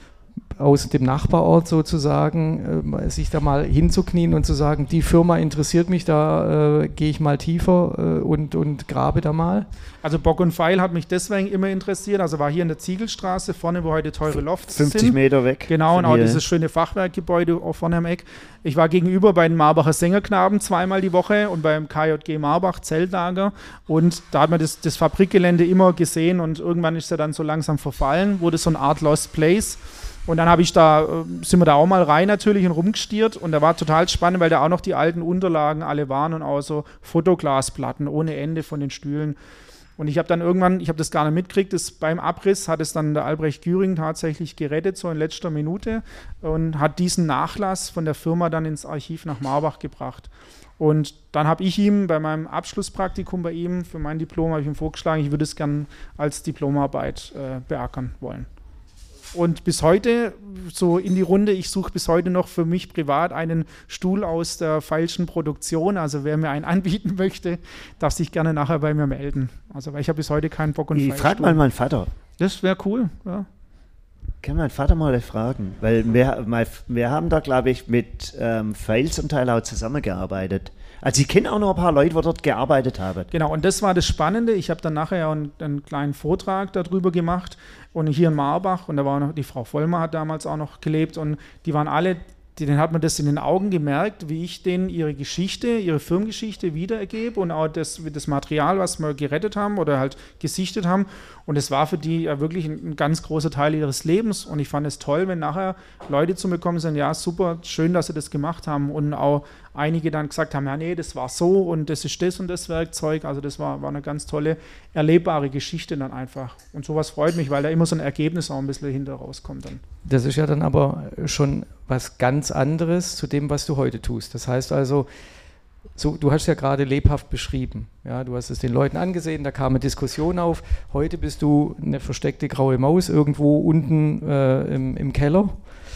aus dem Nachbarort sozusagen, äh, sich da mal hinzuknien und zu sagen, die Firma interessiert mich, da äh, gehe ich mal tiefer äh, und, und grabe da mal? Also Bock und Pfeil hat mich deswegen immer interessiert. Also war hier in der Ziegelstraße, vorne, wo heute teure Lofts fünfzig sind. Meter weg. Genau, und von auch hier. dieses schöne Fachwerkgebäude auch vorne am Eck. Ich war gegenüber bei den Marbacher Sängerknaben zweimal die Woche und beim K J G Marbach Zeltlager. Und da hat man das, das Fabrikgelände immer gesehen und irgendwann ist er dann so langsam verfallen, wurde so eine Art Lost Place. Und dann habe ich da, sind wir da auch mal rein natürlich und rumgestiert und da war total spannend, weil da auch noch die alten Unterlagen alle waren und auch so Fotoglasplatten ohne Ende von den Stühlen. Und ich habe dann irgendwann, ich habe das gar nicht mitgekriegt, das, beim Abriss hat es dann der Albrecht Güring tatsächlich gerettet, so in letzter Minute und hat diesen Nachlass von der Firma dann ins Archiv nach Marbach gebracht. Und dann habe ich ihm bei meinem Abschlusspraktikum bei ihm, für mein Diplom, habe ich ihm vorgeschlagen, ich würde es gerne als Diplomarbeit äh, beackern wollen. Und bis heute, so in die Runde, ich suche bis heute noch für mich privat einen Stuhl aus der Feilschen Produktion. Also wer mir einen anbieten möchte, darf sich gerne nachher bei mir melden. Also weil ich habe bis heute keinen Bock und Ich frage mal meinen Vater. Das wäre cool, ja. Kann mein Vater mal fragen, weil wir, mein, wir haben da, glaube ich, mit ähm, Feil zum Teil auch zusammengearbeitet. Also ich kenne auch noch ein paar Leute, die dort gearbeitet haben. Genau, und das war das Spannende. Ich habe dann nachher ja einen, einen kleinen Vortrag darüber gemacht und hier in Marbach und da war noch, die Frau Vollmer hat damals auch noch gelebt und die waren alle, denen hat man das in den Augen gemerkt, wie ich denen ihre Geschichte, ihre Firmengeschichte wiedergebe und auch das, das Material, was wir gerettet haben oder halt gesichtet haben. Und es war für die ja wirklich ein, ein ganz großer Teil ihres Lebens. Und ich fand es toll, wenn nachher Leute zu mir kommen und sagen, ja, super, schön, dass sie das gemacht haben. Und auch einige dann gesagt haben, ja, nee, das war so und das ist das und das Werkzeug. Also das war, war eine ganz tolle, erlebbare Geschichte dann einfach. Und sowas freut mich, weil da immer so ein Ergebnis auch ein bisschen hinter rauskommt dann. Das ist ja dann aber schon was ganz anderes zu dem, was du heute tust. Das heißt also, so, du hast ja gerade lebhaft beschrieben. Ja, du hast es den Leuten angesehen, da kam eine Diskussion auf. Heute bist du eine versteckte graue Maus irgendwo unten äh, im, im Keller.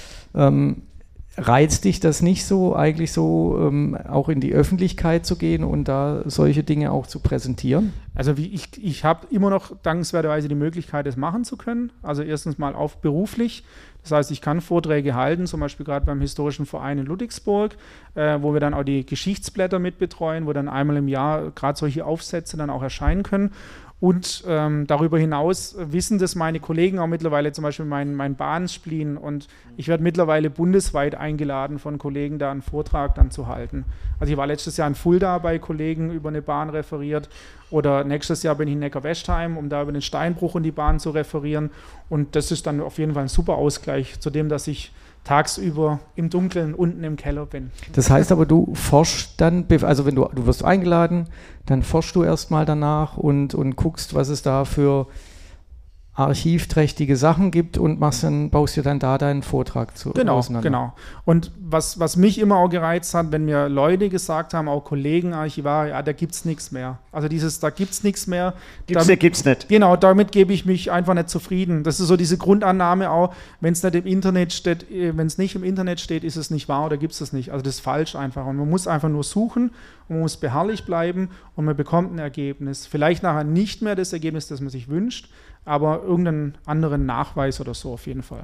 Ähm, reizt dich das nicht so, eigentlich so ähm, auch in die Öffentlichkeit zu gehen und da solche Dinge auch zu präsentieren? Also wie ich, ich habe immer noch dankenswerterweise die Möglichkeit, das machen zu können. Also erstens mal auf beruflich. Das heißt, ich kann Vorträge halten, zum Beispiel gerade beim Historischen Verein in Ludwigsburg, äh, wo wir dann auch die Geschichtsblätter mitbetreuen, wo dann einmal im Jahr gerade solche Aufsätze dann auch erscheinen können. Und ähm, darüber hinaus wissen das meine Kollegen auch mittlerweile, zum Beispiel mein, mein Bahnspleen. Und ich werde mittlerweile bundesweit eingeladen von Kollegen, da einen Vortrag dann zu halten. Also ich war letztes Jahr in Fulda bei Kollegen über eine Bahn referiert. Oder nächstes Jahr bin ich in Neckar-Westheim, um da über den Steinbruch und die Bahn zu referieren. Und das ist dann auf jeden Fall ein super Ausgleich zu dem, dass ich tagsüber im Dunkeln unten im Keller bin. Das heißt aber, du forschst dann, also wenn du, du wirst eingeladen, dann forschst du erstmal danach und, und guckst, was es da für archivträchtige Sachen gibt und machst dann, baust dir dann da deinen Vortrag zu Genau, auseinander. genau. Und was, was mich immer auch gereizt hat, wenn mir Leute gesagt haben, auch Kollegen, Archivare, ja, da gibt es nichts mehr. Also dieses, da gibt es nichts mehr. Gibt's nicht, gibt's nicht. Genau, damit gebe ich mich einfach nicht zufrieden. Das ist so diese Grundannahme auch, wenn es nicht im Internet steht, wenn es nicht im Internet steht, ist es nicht wahr oder gibt es es nicht. Also das ist falsch einfach. Und man muss einfach nur suchen und man muss beharrlich bleiben und man bekommt ein Ergebnis. Vielleicht nachher nicht mehr das Ergebnis, das man sich wünscht, aber irgendeinen anderen Nachweis oder so auf jeden Fall.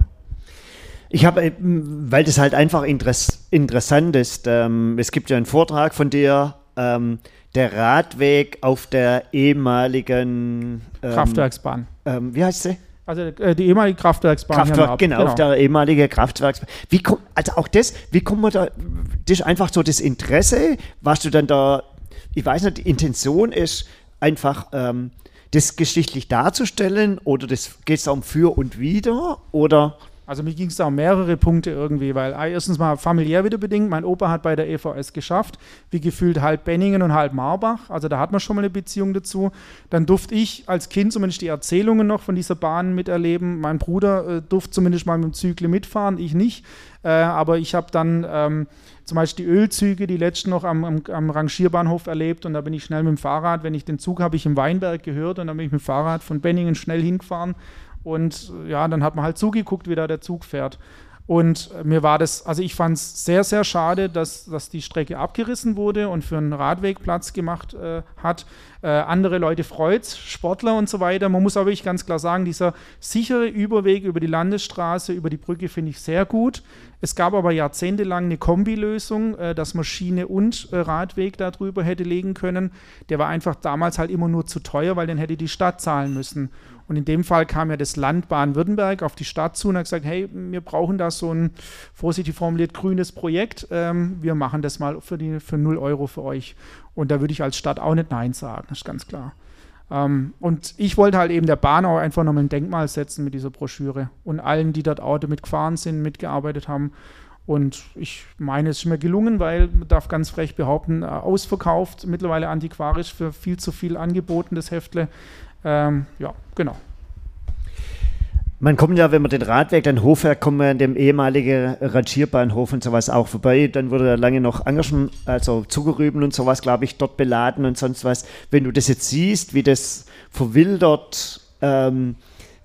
Ich habe, weil das halt einfach interess- interessant ist, ähm, es gibt ja einen Vortrag von dir, ähm, der Radweg auf der ehemaligen ähm, Kraftwerksbahn. Ähm, wie heißt sie? Also äh, die ehemalige Kraftwerksbahn. Kraftwerk, genau, genau, auf der ehemaligen Kraftwerksbahn. Wie komm, also auch das, wie kommt man da, das ist einfach so das Interesse, was du dann da, ich weiß nicht, die Intention ist einfach, ähm, das geschichtlich darzustellen oder geht es da um für und wider oder? Also mir ging es da um mehrere Punkte irgendwie, weil erstens mal familiär wieder bedingt, mein Opa hat bei der E V S geschafft, wie gefühlt halb Benningen und halb Marbach, also da hat man schon mal eine Beziehung dazu. Dann durfte ich als Kind zumindest die Erzählungen noch von dieser Bahn miterleben, mein Bruder äh, durfte zumindest mal mit dem Zügle mitfahren, ich nicht, äh, aber ich habe dann ähm, zum Beispiel die Ölzüge, die letzten noch am, am, am Rangierbahnhof erlebt und da bin ich schnell mit dem Fahrrad, wenn ich den Zug habe ich im Weinberg gehört und dann bin ich mit dem Fahrrad von Benningen schnell hingefahren. Und ja, dann hat man halt zugeguckt, wie da der Zug fährt. Und mir war das, also ich fand es sehr, sehr schade, dass, dass die Strecke abgerissen wurde und für einen Radweg Platz gemacht äh, hat. Äh, andere Leute freut's, Sportler und so weiter. Man muss aber wirklich ganz klar sagen, dieser sichere Überweg über die Landesstraße, über die Brücke finde ich sehr gut. Es gab aber jahrzehntelang eine Kombilösung, äh, dass man Schiene und äh, Radweg da drüber hätte legen können. Der war einfach damals halt immer nur zu teuer, weil den hätte die Stadt zahlen müssen. Und in dem Fall kam ja das Land Baden-Württemberg auf die Stadt zu und hat gesagt, hey, wir brauchen da so ein, vorsichtig formuliert, grünes Projekt. Ähm, wir machen das mal für, die, für null Euro für euch. Und da würde ich als Stadt auch nicht Nein sagen, das ist ganz klar. Ähm, und ich wollte halt eben der Bahn auch einfach nochmal ein Denkmal setzen mit dieser Broschüre. Und allen, die dort auch damit gefahren sind, mitgearbeitet haben. Und ich meine, es ist mir gelungen, weil man darf ganz frech behaupten, ausverkauft, mittlerweile antiquarisch für viel zu viel angeboten, das Heftle. Ähm, ja, genau. Man kommt ja, wenn man den Radweg dann hochfährt, kommt man an dem ehemaligen Rangierbahnhof und sowas auch vorbei. Dann wurde ja lange noch Engagement, also Zugerüben und sowas, glaube ich, dort beladen und sonst was. Wenn du das jetzt siehst, wie das verwildert, ähm,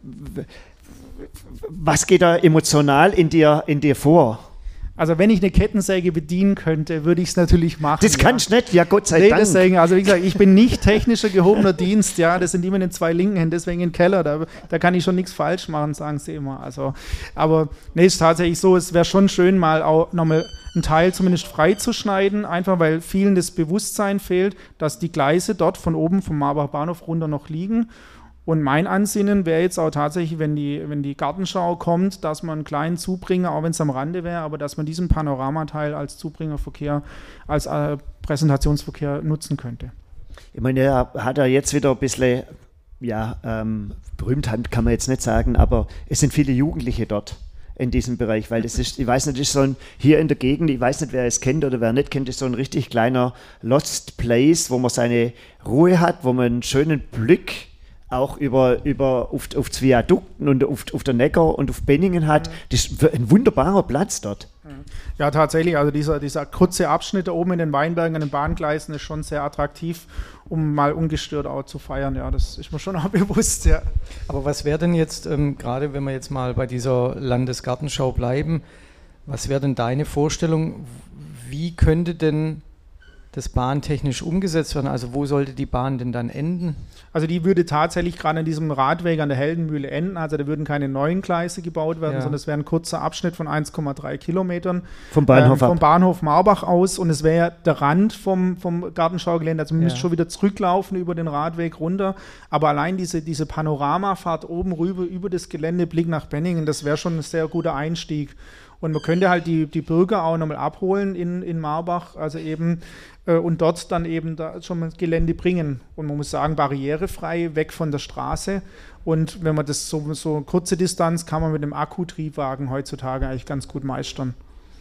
was geht da emotional in dir, in dir vor? Also wenn ich eine Kettensäge bedienen könnte, würde ich es natürlich machen. Das kannst du ja. nicht, ja Gott sei nee, Dank. Deswegen, also wie gesagt, ich bin nicht technischer gehobener Dienst, ja, das sind immer in den zwei linken Händen, deswegen im Keller, da, da kann ich schon nichts falsch machen, sagen sie immer. Also, aber nee, ist tatsächlich so, es wäre schon schön, mal auch nochmal einen Teil zumindest freizuschneiden, einfach weil vielen das Bewusstsein fehlt, dass die Gleise dort von oben vom Marbacher Bahnhof runter noch liegen. Und mein Ansinnen wäre jetzt auch tatsächlich, wenn die, wenn die Gartenschau kommt, dass man einen kleinen Zubringer, auch wenn es am Rande wäre, aber dass man diesen Panoramateil als Zubringerverkehr, als äh, Präsentationsverkehr nutzen könnte. Ich meine, er hat ja jetzt wieder ein bisschen, ja, ähm, Berühmtheit kann man jetzt nicht sagen, aber es sind viele Jugendliche dort in diesem Bereich, weil das ist, ich weiß nicht, ist so ein, hier in der Gegend, ich weiß nicht, wer es kennt oder wer nicht kennt, ist so ein richtig kleiner Lost Place, wo man seine Ruhe hat, wo man einen schönen Blick auch über, über auf, auf das Viadukten und auf, auf der Neckar und auf Benningen hat. Das ist ein wunderbarer Platz dort. Ja, tatsächlich. Also dieser, dieser kurze Abschnitt da oben in den Weinbergen an den Bahngleisen ist schon sehr attraktiv, um mal ungestört auch zu feiern. Ja, das ist mir schon auch bewusst, ja. Aber was wäre denn jetzt, ähm, gerade wenn wir jetzt mal bei dieser Landesgartenschau bleiben, was wäre denn deine Vorstellung, wie könnte denn das bahntechnisch umgesetzt werden? Also wo sollte die Bahn denn dann enden? Also die würde tatsächlich gerade an diesem Radweg an der Heldenmühle enden. Also da würden keine neuen Gleise gebaut werden, ja, sondern es wäre ein kurzer Abschnitt von eins Komma drei Kilometern. Vom Bahnhof ähm, Vom Bahnhof Marbach aus. Und es wäre der Rand vom, vom Gartenschaugelände. Also man ja. müsste schon wieder zurücklaufen über den Radweg runter. Aber allein diese, diese Panoramafahrt oben rüber über das Gelände, Blick nach Benningen, das wäre schon ein sehr guter Einstieg. Und man könnte halt die, die Bürger auch nochmal abholen in, in Marbach, also eben, äh, und dort dann eben da schon mal das Gelände bringen. Und man muss sagen, barrierefrei, weg von der Straße. Und wenn man das so, so kurze Distanz kann man mit dem Akkutriebwagen heutzutage eigentlich ganz gut meistern.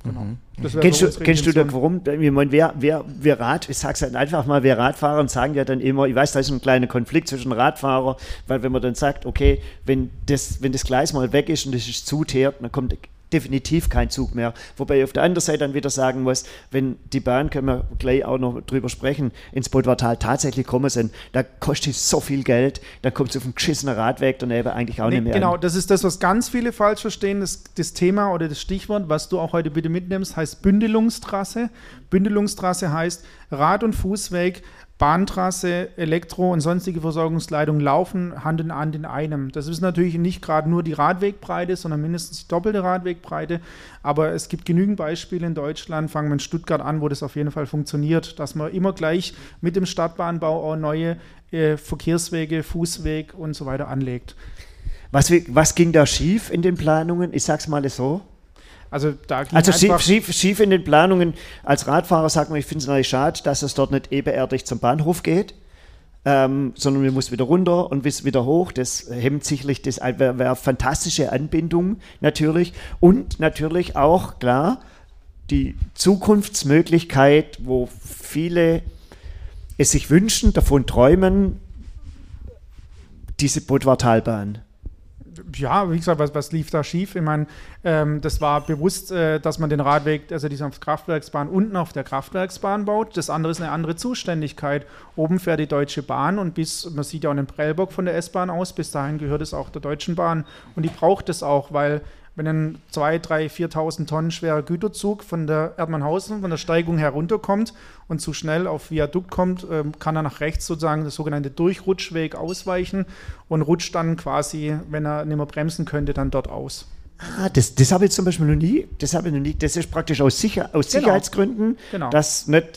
Genau. Mhm. Kennst du, kennst du da, warum? Ich meine, wer, wer, wer Rad, ich sag's halt einfach mal, wer Radfahrer sagen ja dann immer, ich weiß, da ist ein kleiner Konflikt zwischen Radfahrer, weil wenn man dann sagt, okay, wenn das, wenn das Gleis mal weg ist und das ist zuteert, dann kommt definitiv kein Zug mehr. Wobei ich auf der anderen Seite dann wieder sagen muss, wenn die Bahn, können wir gleich auch noch drüber sprechen, ins Bodwartal tatsächlich kommen sind, da kostet es so viel Geld, dann kommt es auf einen geschissenen Radweg daneben eigentlich auch nee, nicht mehr Genau, an. Das ist das, was ganz viele falsch verstehen. Das, das Thema oder das Stichwort, was du auch heute bitte mitnimmst, heißt Bündelungstrasse. Bündelungstrasse heißt Rad- und Fußweg, Bahntrasse, Elektro- und sonstige Versorgungsleitungen laufen Hand in Hand in einem. Das ist natürlich nicht gerade nur die Radwegbreite, sondern mindestens die doppelte Radwegbreite. Aber es gibt genügend Beispiele in Deutschland, fangen wir in Stuttgart an, wo das auf jeden Fall funktioniert, dass man immer gleich mit dem Stadtbahnbau auch neue äh, Verkehrswege, Fußweg und so weiter anlegt. Was, was ging da schief in den Planungen? Ich sag's mal so. Also, da also schief, schief, schief in den Planungen. Als Radfahrer sagt man, ich finde es natürlich schade, dass es dort nicht ebenerdig zum Bahnhof geht, ähm, sondern man muss wieder runter und wieder hoch. Das hemmt sicherlich, das wäre wär fantastische Anbindung natürlich. Und natürlich auch, klar, die Zukunftsmöglichkeit, wo viele es sich wünschen, davon träumen, diese Bodwartalbahn. Ja, wie gesagt, was, was lief da schief? Ich meine, ähm, das war bewusst, äh, dass man den Radweg, also diese Kraftwerksbahn unten auf der Kraftwerksbahn baut. Das andere ist eine andere Zuständigkeit. Oben fährt die Deutsche Bahn und bis, man sieht ja auch einen Prellbock von der S-Bahn aus, bis dahin gehört es auch der Deutschen Bahn. Und die braucht es auch, weil wenn ein zweitausend, dreitausend, viertausend Tonnen schwerer Güterzug von der Erdmannhausen, von der Steigung herunterkommt und zu schnell auf Viadukt kommt, äh, kann er nach rechts sozusagen das sogenannte Durchrutschweg ausweichen und rutscht dann quasi, wenn er nicht mehr bremsen könnte, dann dort aus. Ah, das, das habe ich zum Beispiel noch nie, das habe ich noch nie, das ist praktisch aus, Sicher, aus genau. Sicherheitsgründen, genau. dass nicht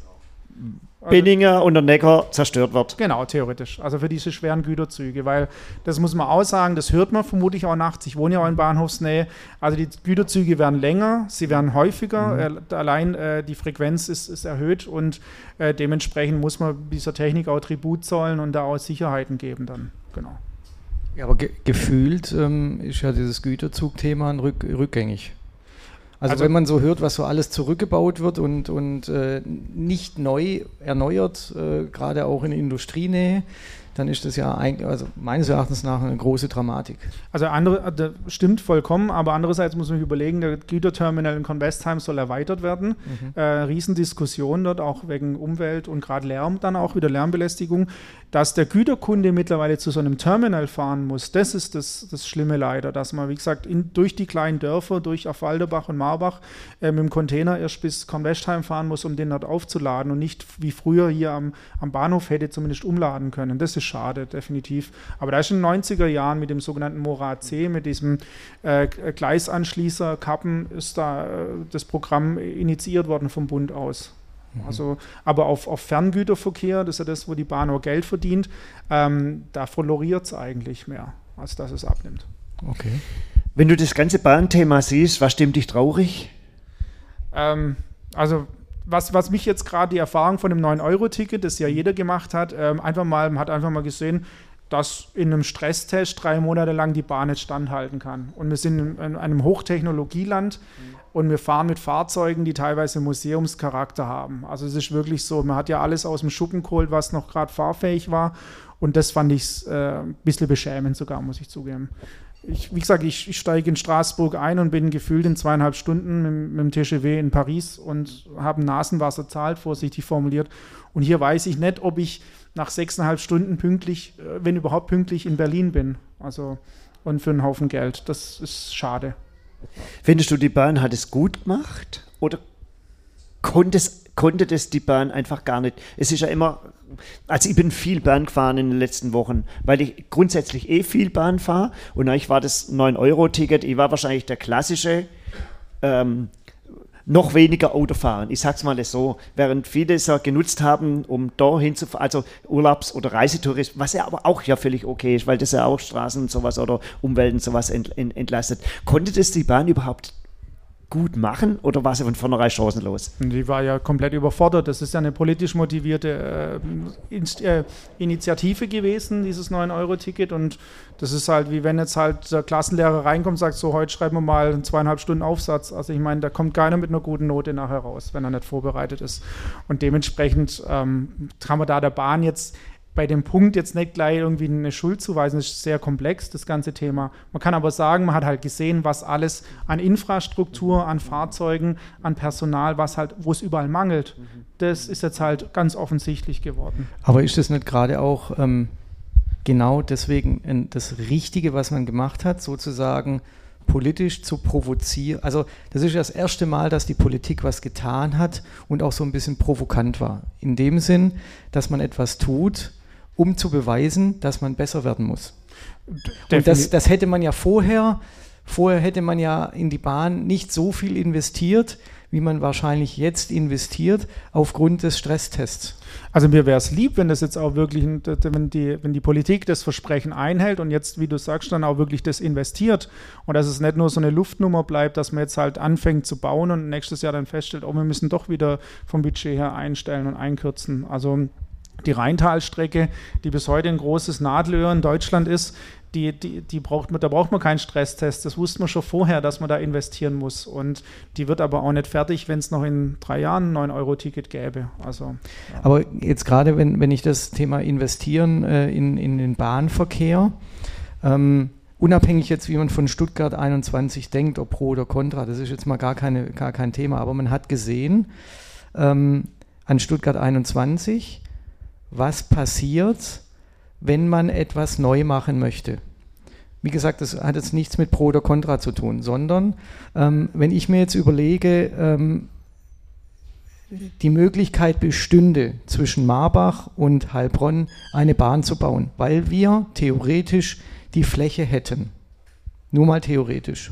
Benninger und der Neckar zerstört wird. Genau, theoretisch. Also für diese schweren Güterzüge, weil das muss man auch sagen, das hört man vermutlich auch nachts. Ich wohne ja auch in Bahnhofsnähe. Also die Güterzüge werden länger, sie werden häufiger. Mhm. Äh, allein äh, die Frequenz ist, ist erhöht und äh, dementsprechend muss man dieser Technik auch Tribut zollen und da auch Sicherheiten geben dann. Genau. Ja, aber ge gefühlt ähm, ist ja dieses Güterzugthema ein rück rückgängig. Also, also wenn man so hört, was so alles zurückgebaut wird und, und äh, nicht neu erneuert, äh, gerade auch in Industrienähe, dann ist das ja eigentlich, also meines Erachtens nach eine große Dramatik. Also andere, das stimmt vollkommen, aber andererseits muss man sich überlegen, der Güterterminal in Convestheim soll erweitert werden. Mhm. Äh, Riesendiskussion dort, auch wegen Umwelt und gerade Lärm, dann auch wieder Lärmbelästigung. Dass der Güterkunde mittlerweile zu so einem Terminal fahren muss, das ist das, das Schlimme leider, dass man, wie gesagt, in, durch die kleinen Dörfer, durch Affalderbach und Marbach äh, mit dem Container erst bis Convestheim fahren muss, um den dort aufzuladen und nicht wie früher hier am, am Bahnhof hätte zumindest umladen können. Das ist schade, definitiv. Aber da ist in den neunziger Jahren mit dem sogenannten Mora C, mit diesem äh, Gleisanschließer Kappen, ist da äh, das Programm initiiert worden vom Bund aus. Mhm. Also, aber auf, auf Ferngüterverkehr, das ist ja das, wo die Bahn auch Geld verdient, ähm, da floriert es eigentlich mehr, als dass es abnimmt. Okay. Wenn du das ganze Bahnthema siehst, was stimmt dich traurig? Ähm, also Was, was mich jetzt gerade die Erfahrung von dem neun Euro Ticket, das ja jeder gemacht hat, ähm, einfach mal, man hat einfach mal gesehen, dass in einem Stresstest drei Monate lang die Bahn nicht standhalten kann. Und wir sind in, in einem Hochtechnologieland mhm. und wir fahren mit Fahrzeugen, die teilweise Museumscharakter haben. Also es ist wirklich so, man hat ja alles aus dem Schuppen geholt, was noch gerade fahrfähig war. Und das fand ich äh, ein bisschen beschämend sogar, muss ich zugeben. Ich, wie gesagt, ich, ich steige in Straßburg ein und bin gefühlt in zweieinhalb Stunden mit, mit dem T G V in Paris und habe ein Nasenwasser zahlt, vorsichtig formuliert. Und hier weiß ich nicht, ob ich nach sechseinhalb Stunden pünktlich, wenn überhaupt pünktlich, in Berlin bin. Also, und für einen Haufen Geld. Das ist schade. Findest du, die Bahn hat es gut gemacht? Oder konnte, es, konnte das die Bahn einfach gar nicht? Es ist ja immer, also ich bin viel Bahn gefahren in den letzten Wochen, weil ich grundsätzlich eh viel Bahn fahre. Und eigentlich war das neun Euro Ticket, ich war wahrscheinlich der klassische, ähm, noch weniger Autofahren. Ich sag's mal so, während viele es ja genutzt haben, um da hinzufahren, also Urlaubs- oder Reisetourismus, was ja aber auch ja völlig okay ist, weil das ja auch Straßen und sowas oder Umwelt und sowas ent, ent, entlastet. Konnte das die Bahn überhaupt gut machen oder war sie von vornherein chancenlos? Die war ja komplett überfordert. Das ist ja eine politisch motivierte äh, Inst- äh, Initiative gewesen, dieses neun Euro Ticket. Und das ist halt, wie wenn jetzt halt der Klassenlehrer reinkommt und sagt, so, heute schreiben wir mal einen zweieinhalb Stunden Aufsatz. Also ich meine, da kommt keiner mit einer guten Note nachher raus, wenn er nicht vorbereitet ist. Und dementsprechend ähm, haben wir da der Bahn jetzt bei dem Punkt jetzt nicht gleich irgendwie eine Schuld zuweisen, das ist sehr komplex, das ganze Thema. Man kann aber sagen, man hat halt gesehen, was alles an Infrastruktur, an Fahrzeugen, an Personal, was halt, wo es überall mangelt. Das ist jetzt halt ganz offensichtlich geworden. Aber ist das nicht gerade auch ähm, genau deswegen äh, das Richtige, was man gemacht hat, sozusagen politisch zu provozieren? Also das ist das erste Mal, dass die Politik was getan hat und auch so ein bisschen provokant war. In dem Sinn, dass man etwas tut, um zu beweisen, dass man besser werden muss. Und das, das hätte man ja vorher, vorher hätte man ja in die Bahn nicht so viel investiert, wie man wahrscheinlich jetzt investiert, aufgrund des Stresstests. Also mir wäre es lieb, wenn das jetzt auch wirklich, wenn die, wenn die Politik das Versprechen einhält und jetzt, wie du sagst, dann auch wirklich das investiert und dass es nicht nur so eine Luftnummer bleibt, dass man jetzt halt anfängt zu bauen und nächstes Jahr dann feststellt, oh, wir müssen doch wieder vom Budget her einstellen und einkürzen. Also die Rheintalstrecke, die bis heute ein großes Nadelöhr in Deutschland ist, die, die, die braucht man, da braucht man keinen Stresstest. Das wusste man schon vorher, dass man da investieren muss. Und die wird aber auch nicht fertig, wenn es noch in drei Jahren ein neun Euro Ticket gäbe. Also, ja. Aber jetzt gerade, wenn, wenn ich das Thema investieren äh, in, in den Bahnverkehr, ähm, unabhängig jetzt, wie man von Stuttgart einundzwanzig denkt, ob pro oder contra, das ist jetzt mal gar, keine, gar kein Thema, aber man hat gesehen, ähm, an Stuttgart einundzwanzig, was passiert, wenn man etwas neu machen möchte. Wie gesagt, das hat jetzt nichts mit Pro oder Contra zu tun, sondern ähm, wenn ich mir jetzt überlege, ähm, die Möglichkeit bestünde, zwischen Marbach und Heilbronn eine Bahn zu bauen, weil wir theoretisch die Fläche hätten. Nur mal theoretisch.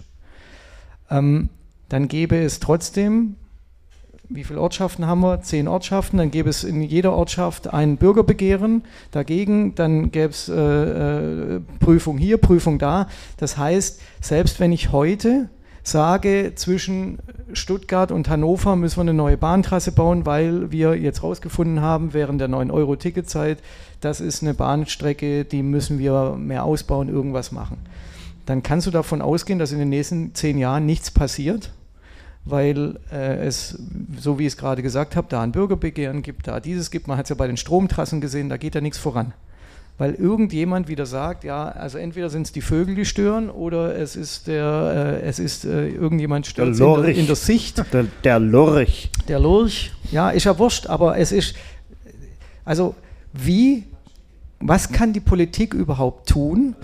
Ähm, dann gäbe es trotzdem, wie viele Ortschaften haben wir? Zehn Ortschaften, dann gäbe es in jeder Ortschaft ein Bürgerbegehren dagegen, dann gäbe es äh, äh, Prüfung hier, Prüfung da. Das heißt, selbst wenn ich heute sage, zwischen Stuttgart und Hannover müssen wir eine neue Bahntrasse bauen, weil wir jetzt rausgefunden haben, während der neun Euro Ticketzeit, das ist eine Bahnstrecke, die müssen wir mehr ausbauen, irgendwas machen. Dann kannst du davon ausgehen, dass in den nächsten zehn Jahren nichts passiert, weil äh, es, so wie ich es gerade gesagt habe, da ein Bürgerbegehren gibt, da dieses gibt. Man hat es ja bei den Stromtrassen gesehen, da geht ja nichts voran. Weil irgendjemand wieder sagt, ja, also entweder sind es die Vögel, die stören, oder es ist der, äh, es ist äh, irgendjemand stört in der, in der Sicht. Der, der Lorch. Der Lorch, ja, ist ja wurscht, aber es ist, also wie, was kann die Politik überhaupt tun,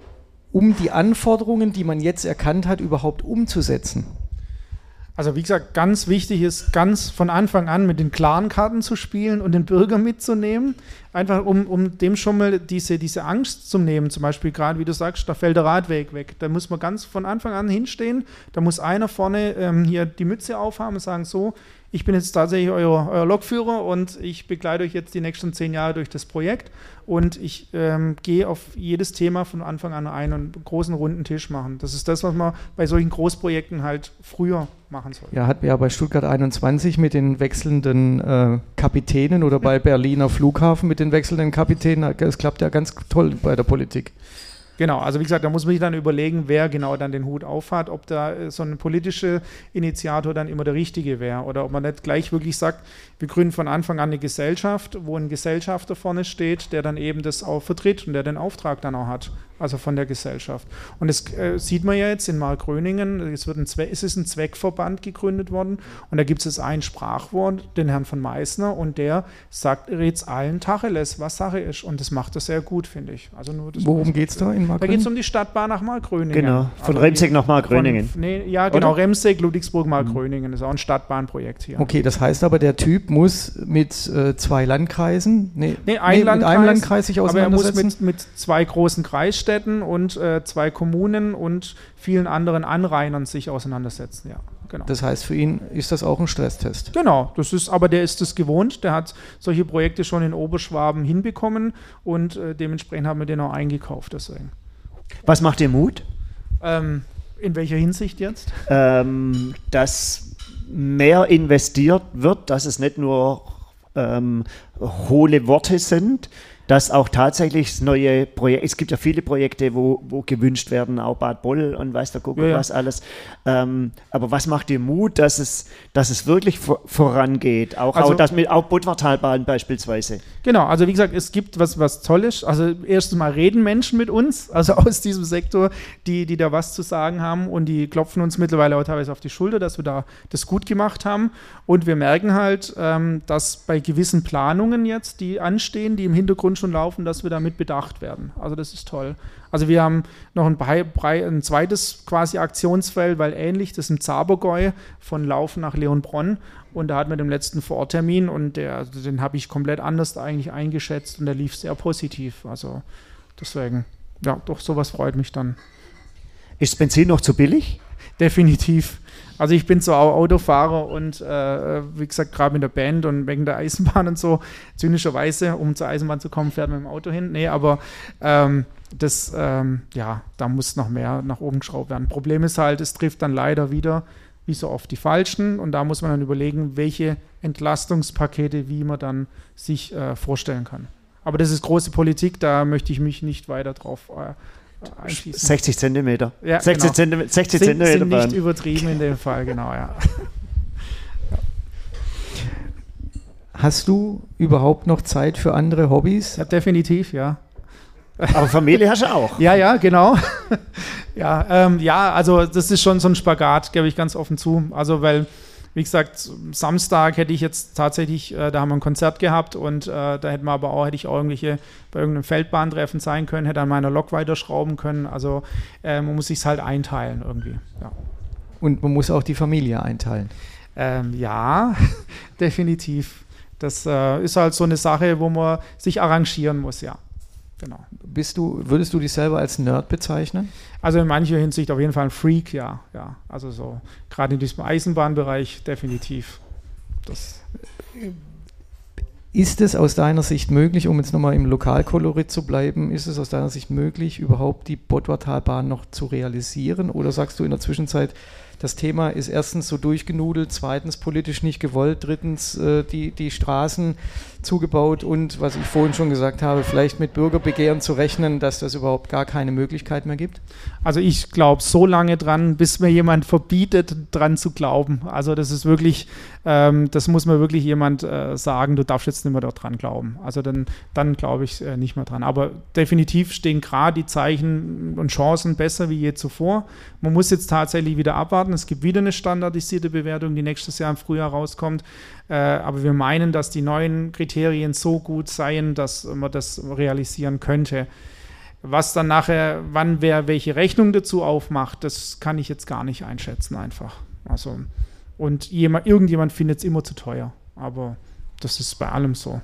um die Anforderungen, die man jetzt erkannt hat, überhaupt umzusetzen? Also wie gesagt, ganz wichtig ist, ganz von Anfang an mit den klaren Karten zu spielen und den Bürger mitzunehmen, einfach um, um dem schon mal diese, diese Angst zu nehmen. Zum Beispiel gerade, wie du sagst, da fällt der Radweg weg. Da muss man ganz von Anfang an hinstehen, da muss einer vorne ähm, hier die Mütze aufhaben und sagen, so, ich bin jetzt tatsächlich euer, euer Lokführer und ich begleite euch jetzt die nächsten zehn Jahre durch das Projekt und ich ähm, gehe auf jedes Thema von Anfang an ein und einen großen runden Tisch machen. Das ist das, was man bei solchen Großprojekten halt früher machen soll. Ja, hatten wir ja bei Stuttgart einundzwanzig mit den wechselnden äh, Kapitänen oder bei Berliner Flughafen mit den wechselnden Kapitänen. Das klappt ja ganz toll bei der Politik. Genau, also wie gesagt, da muss man sich dann überlegen, wer genau dann den Hut aufhat, ob da äh, so ein politischer Initiator dann immer der Richtige wäre oder ob man nicht gleich wirklich sagt, wir gründen von Anfang an eine Gesellschaft, wo ein Gesellschafter vorne steht, der dann eben das auch vertritt und der den Auftrag dann auch hat, also von der Gesellschaft. Und das äh, sieht man ja jetzt in Markgröningen, es, wird ein Zwe- es ist ein Zweckverband gegründet worden und da gibt es jetzt ein Sprachwort, den Herrn von Meißner, und der sagt jetzt allen Tacheles, was Sache ist, und das macht er sehr gut, finde ich. Also nur das Worum geht es da in Markgröningen? Da geht es um die Stadtbahn nach Markgröningen. Genau, von also Remseck nach Markgröningen. Von, nee, ja, genau, Oder? Remseck, Ludwigsburg, Markgröningen, das ist auch ein Stadtbahnprojekt hier. Okay, das heißt aber, der Typ muss mit äh, zwei Landkreisen, nee, nee, ein nee, Landkreis, mit einem Landkreis sich auseinandersetzen? Aber er muss mit, mit zwei großen Kreisstädten und äh, zwei Kommunen und vielen anderen Anrainern sich auseinandersetzen, ja. Genau. Das heißt, für ihn ist das auch ein Stresstest? Genau, das ist, aber der ist es gewohnt, der hat solche Projekte schon in Oberschwaben hinbekommen und äh, dementsprechend haben wir den auch eingekauft, deswegen. Was macht dir Mut? Ähm, In welcher Hinsicht jetzt? Ähm, dass mehr investiert wird, dass es nicht nur ähm, hohle Worte sind, dass auch tatsächlich neue Projekte, es gibt ja viele Projekte, wo, wo gewünscht werden, auch Bad Boll und weiß der Kuckuck ja, ja. was alles. Ähm, aber was macht dir Mut, dass es, dass es wirklich vor, vorangeht? Auch, also, auch, das mit, auch Budvartalbahn beispielsweise. Genau, also wie gesagt, es gibt was, was Tolles. Also erstens mal reden Menschen mit uns, also aus diesem Sektor, die, die da was zu sagen haben und die klopfen uns mittlerweile auch teilweise auf die Schulter, dass wir da das gut gemacht haben. Und wir merken halt, ähm, dass bei gewissen Planungen jetzt, die anstehen, die im Hintergrund schon laufen, dass wir damit bedacht werden. Also das ist toll. Also wir haben noch ein, ein zweites quasi Aktionsfeld, weil ähnlich, das ist im Zabergäu von Laufen nach Leonbronn und da hatten wir den letzten Vororttermin und der, den habe ich komplett anders eigentlich eingeschätzt und der lief sehr positiv. Also deswegen, ja, doch sowas freut mich dann. Ist Benzin noch zu billig? Definitiv. Also ich bin so auch Autofahrer und äh, wie gesagt, gerade mit der Band und wegen der Eisenbahn und so, zynischerweise, um zur Eisenbahn zu kommen, fährt man mit dem Auto hin. Nee, aber ähm, das, ähm, ja, da muss noch mehr nach oben geschraubt werden. Problem ist halt, es trifft dann leider wieder, wie so oft, die Falschen und da muss man dann überlegen, welche Entlastungspakete, wie man dann sich äh, vorstellen kann. Aber das ist große Politik, da möchte ich mich nicht weiter drauf äh, sechzig Zentimeter. Ja, sechzig genau. Zentimeter, sechzig sind, Zentimeter sind nicht Bahn. übertrieben in dem Fall, genau, ja. Hast du überhaupt noch Zeit für andere Hobbys? Ja, definitiv, ja. Aber Familie hast du auch. Ja, ja, genau. ja, ähm, ja, also das ist schon so ein Spagat, gebe ich ganz offen zu. Also weil, wie gesagt, Samstag hätte ich jetzt tatsächlich, äh, da haben wir ein Konzert gehabt und äh, da hätten wir aber auch, hätte ich auch irgendwelche bei irgendeinem Feldbahntreffen sein können, hätte an meiner Lok weiterschrauben können. Also äh, man muss sich es halt einteilen irgendwie. Ja. Und man muss auch die Familie einteilen. Ähm, ja, definitiv. Das äh, ist halt so eine Sache, wo man sich arrangieren muss, ja. Genau. Bist du, würdest du dich selber als Nerd bezeichnen? Also in mancher Hinsicht auf jeden Fall ein Freak, ja. ja. Also so, gerade in diesem Eisenbahnbereich definitiv. Das ist es aus deiner Sicht möglich, um jetzt nochmal im Lokalkolorit zu bleiben, ist es aus deiner Sicht möglich, überhaupt die Budvartalbahn noch zu realisieren? Oder sagst du in der Zwischenzeit, das Thema ist erstens so durchgenudelt, zweitens politisch nicht gewollt, drittens äh, die, die Straßen zugebaut und, was ich vorhin schon gesagt habe, vielleicht mit Bürgerbegehren zu rechnen, dass das überhaupt gar keine Möglichkeit mehr gibt? Also ich glaube so lange dran, bis mir jemand verbietet, dran zu glauben. Also das ist wirklich, ähm, das muss mir wirklich jemand äh, sagen, du darfst jetzt nicht mehr dort dran glauben. Also dann, dann glaube ich äh, nicht mehr dran. Aber definitiv stehen gerade die Zeichen und Chancen besser wie je zuvor. Man muss jetzt tatsächlich wieder abwarten. Es gibt wieder eine standardisierte Bewertung, die nächstes Jahr im Frühjahr rauskommt. Äh, aber wir meinen, dass die neuen Kriterien so gut seien, dass man das realisieren könnte. Was dann nachher, wann wer welche Rechnung dazu aufmacht, das kann ich jetzt gar nicht einschätzen einfach. Also, und jemand, irgendjemand findet es immer zu teuer. Aber das ist bei allem so.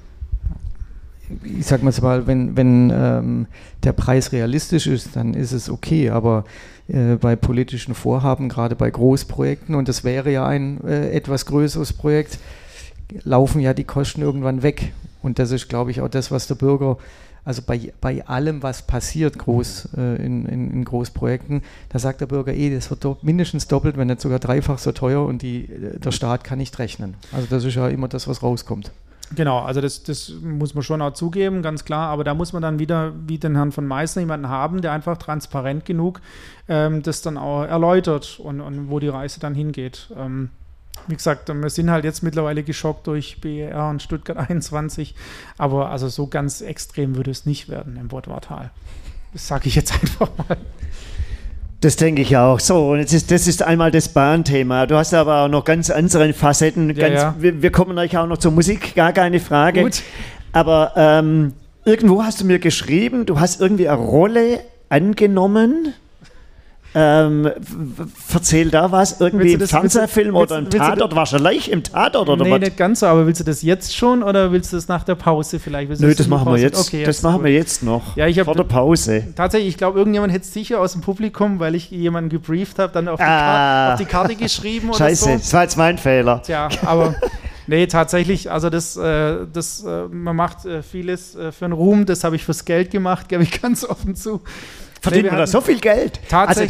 Ich sag mal so mal, wenn, wenn ähm, der Preis realistisch ist, dann ist es okay, aber äh, bei politischen Vorhaben, gerade bei Großprojekten, und das wäre ja ein äh, etwas größeres Projekt, laufen ja die Kosten irgendwann weg. Und das ist, glaube ich, auch das, was der Bürger, also bei, bei allem, was passiert groß äh, in, in, in Großprojekten, da sagt der Bürger, eh, das wird do- mindestens doppelt, wenn nicht sogar dreifach so teuer und die, der Staat kann nicht rechnen. Also das ist ja immer das, was rauskommt. Genau, also das, das muss man schon auch zugeben, ganz klar, aber da muss man dann wieder, wie den Herrn von Meißner, jemanden haben, der einfach transparent genug ähm, das dann auch erläutert und, und wo die Reise dann hingeht. Ähm, wie gesagt, wir sind halt jetzt mittlerweile geschockt durch B E R und Stuttgart einundzwanzig, aber also so ganz extrem würde es nicht werden im Budvartal. Das sage ich jetzt einfach mal. Das denke ich auch. So, und jetzt ist, das ist einmal das Bahnthema. Du hast aber auch noch ganz andere Facetten. Ja, Ganz, ja. Wir, wir kommen euch auch noch zur Musik, gar keine Frage. Gut. Aber ähm, irgendwo hast du mir geschrieben, du hast irgendwie eine Rolle angenommen. Ähm, erzähl da was, irgendwie im das, Fernsehfilm willst, oder im willst, willst Tatort, warst du leicht im Tatort oder nee, was? nicht ganz so, aber willst du das jetzt schon oder willst du das nach der Pause vielleicht? Willst du Nö, das in die machen wir Pause? jetzt. Okay, das ist machen gut. wir jetzt noch. Ja, ich hab vor der Pause. Tatsächlich, ich glaube, irgendjemand hätte es sicher aus dem Publikum, weil ich jemanden gebrieft habe, dann auf die, Ah. Kar- auf die Karte geschrieben oder Scheiße, so. das war jetzt mein Fehler. Tja, aber nee, tatsächlich, also das, äh, das äh, man macht äh, vieles äh, für einen Ruhm, das habe ich fürs Geld gemacht, gebe ich ganz offen zu. Verdient Nee, wir man da hatten so viel Geld? Tatsächlich,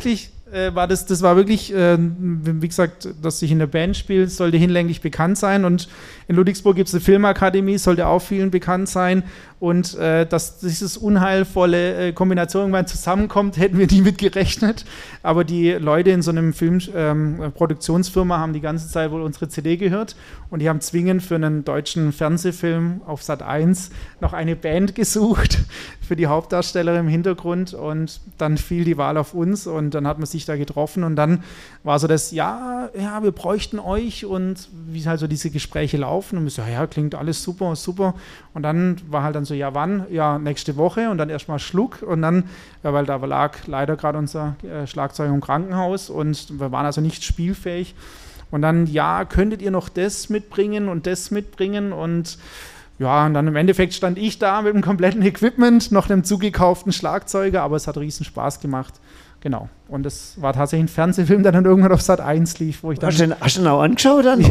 äh, war das, das war wirklich, äh, wie gesagt, dass ich in der Band spiele, sollte hinlänglich bekannt sein. Und in Ludwigsburg gibt es eine Filmakademie, sollte auch vielen bekannt sein. Und äh, dass dieses unheilvolle äh, Kombination irgendwann zusammenkommt, hätten wir nie mit gerechnet. Aber die Leute in so einem Filmproduktionsfirma ähm, haben die ganze Zeit wohl unsere C D gehört. Und die haben zwingend für einen deutschen Fernsehfilm auf Sat eins noch eine Band gesucht für die Hauptdarsteller im Hintergrund. Und dann fiel die Wahl auf uns und dann hat man sich da getroffen. Und dann war so das, ja, ja, wir bräuchten euch und wie halt so diese Gespräche laufen. Und wir so, ja, klingt alles super, super. Und dann war halt dann so, ja, wann? Ja, nächste Woche und dann erstmal Schluck und dann, ja, weil da lag leider gerade unser äh, Schlagzeuger im Krankenhaus und wir waren also nicht spielfähig. Und dann, ja, könntet ihr noch das mitbringen und das mitbringen und ja, und dann im Endeffekt stand ich da mit dem kompletten Equipment, noch einem zugekauften Schlagzeuger, aber es hat riesen Spaß gemacht. Genau. Und es war tatsächlich ein Fernsehfilm, der dann irgendwann auf Sat eins lief, wo ich dann... Hast du den, hast du den auch angeschaut dann?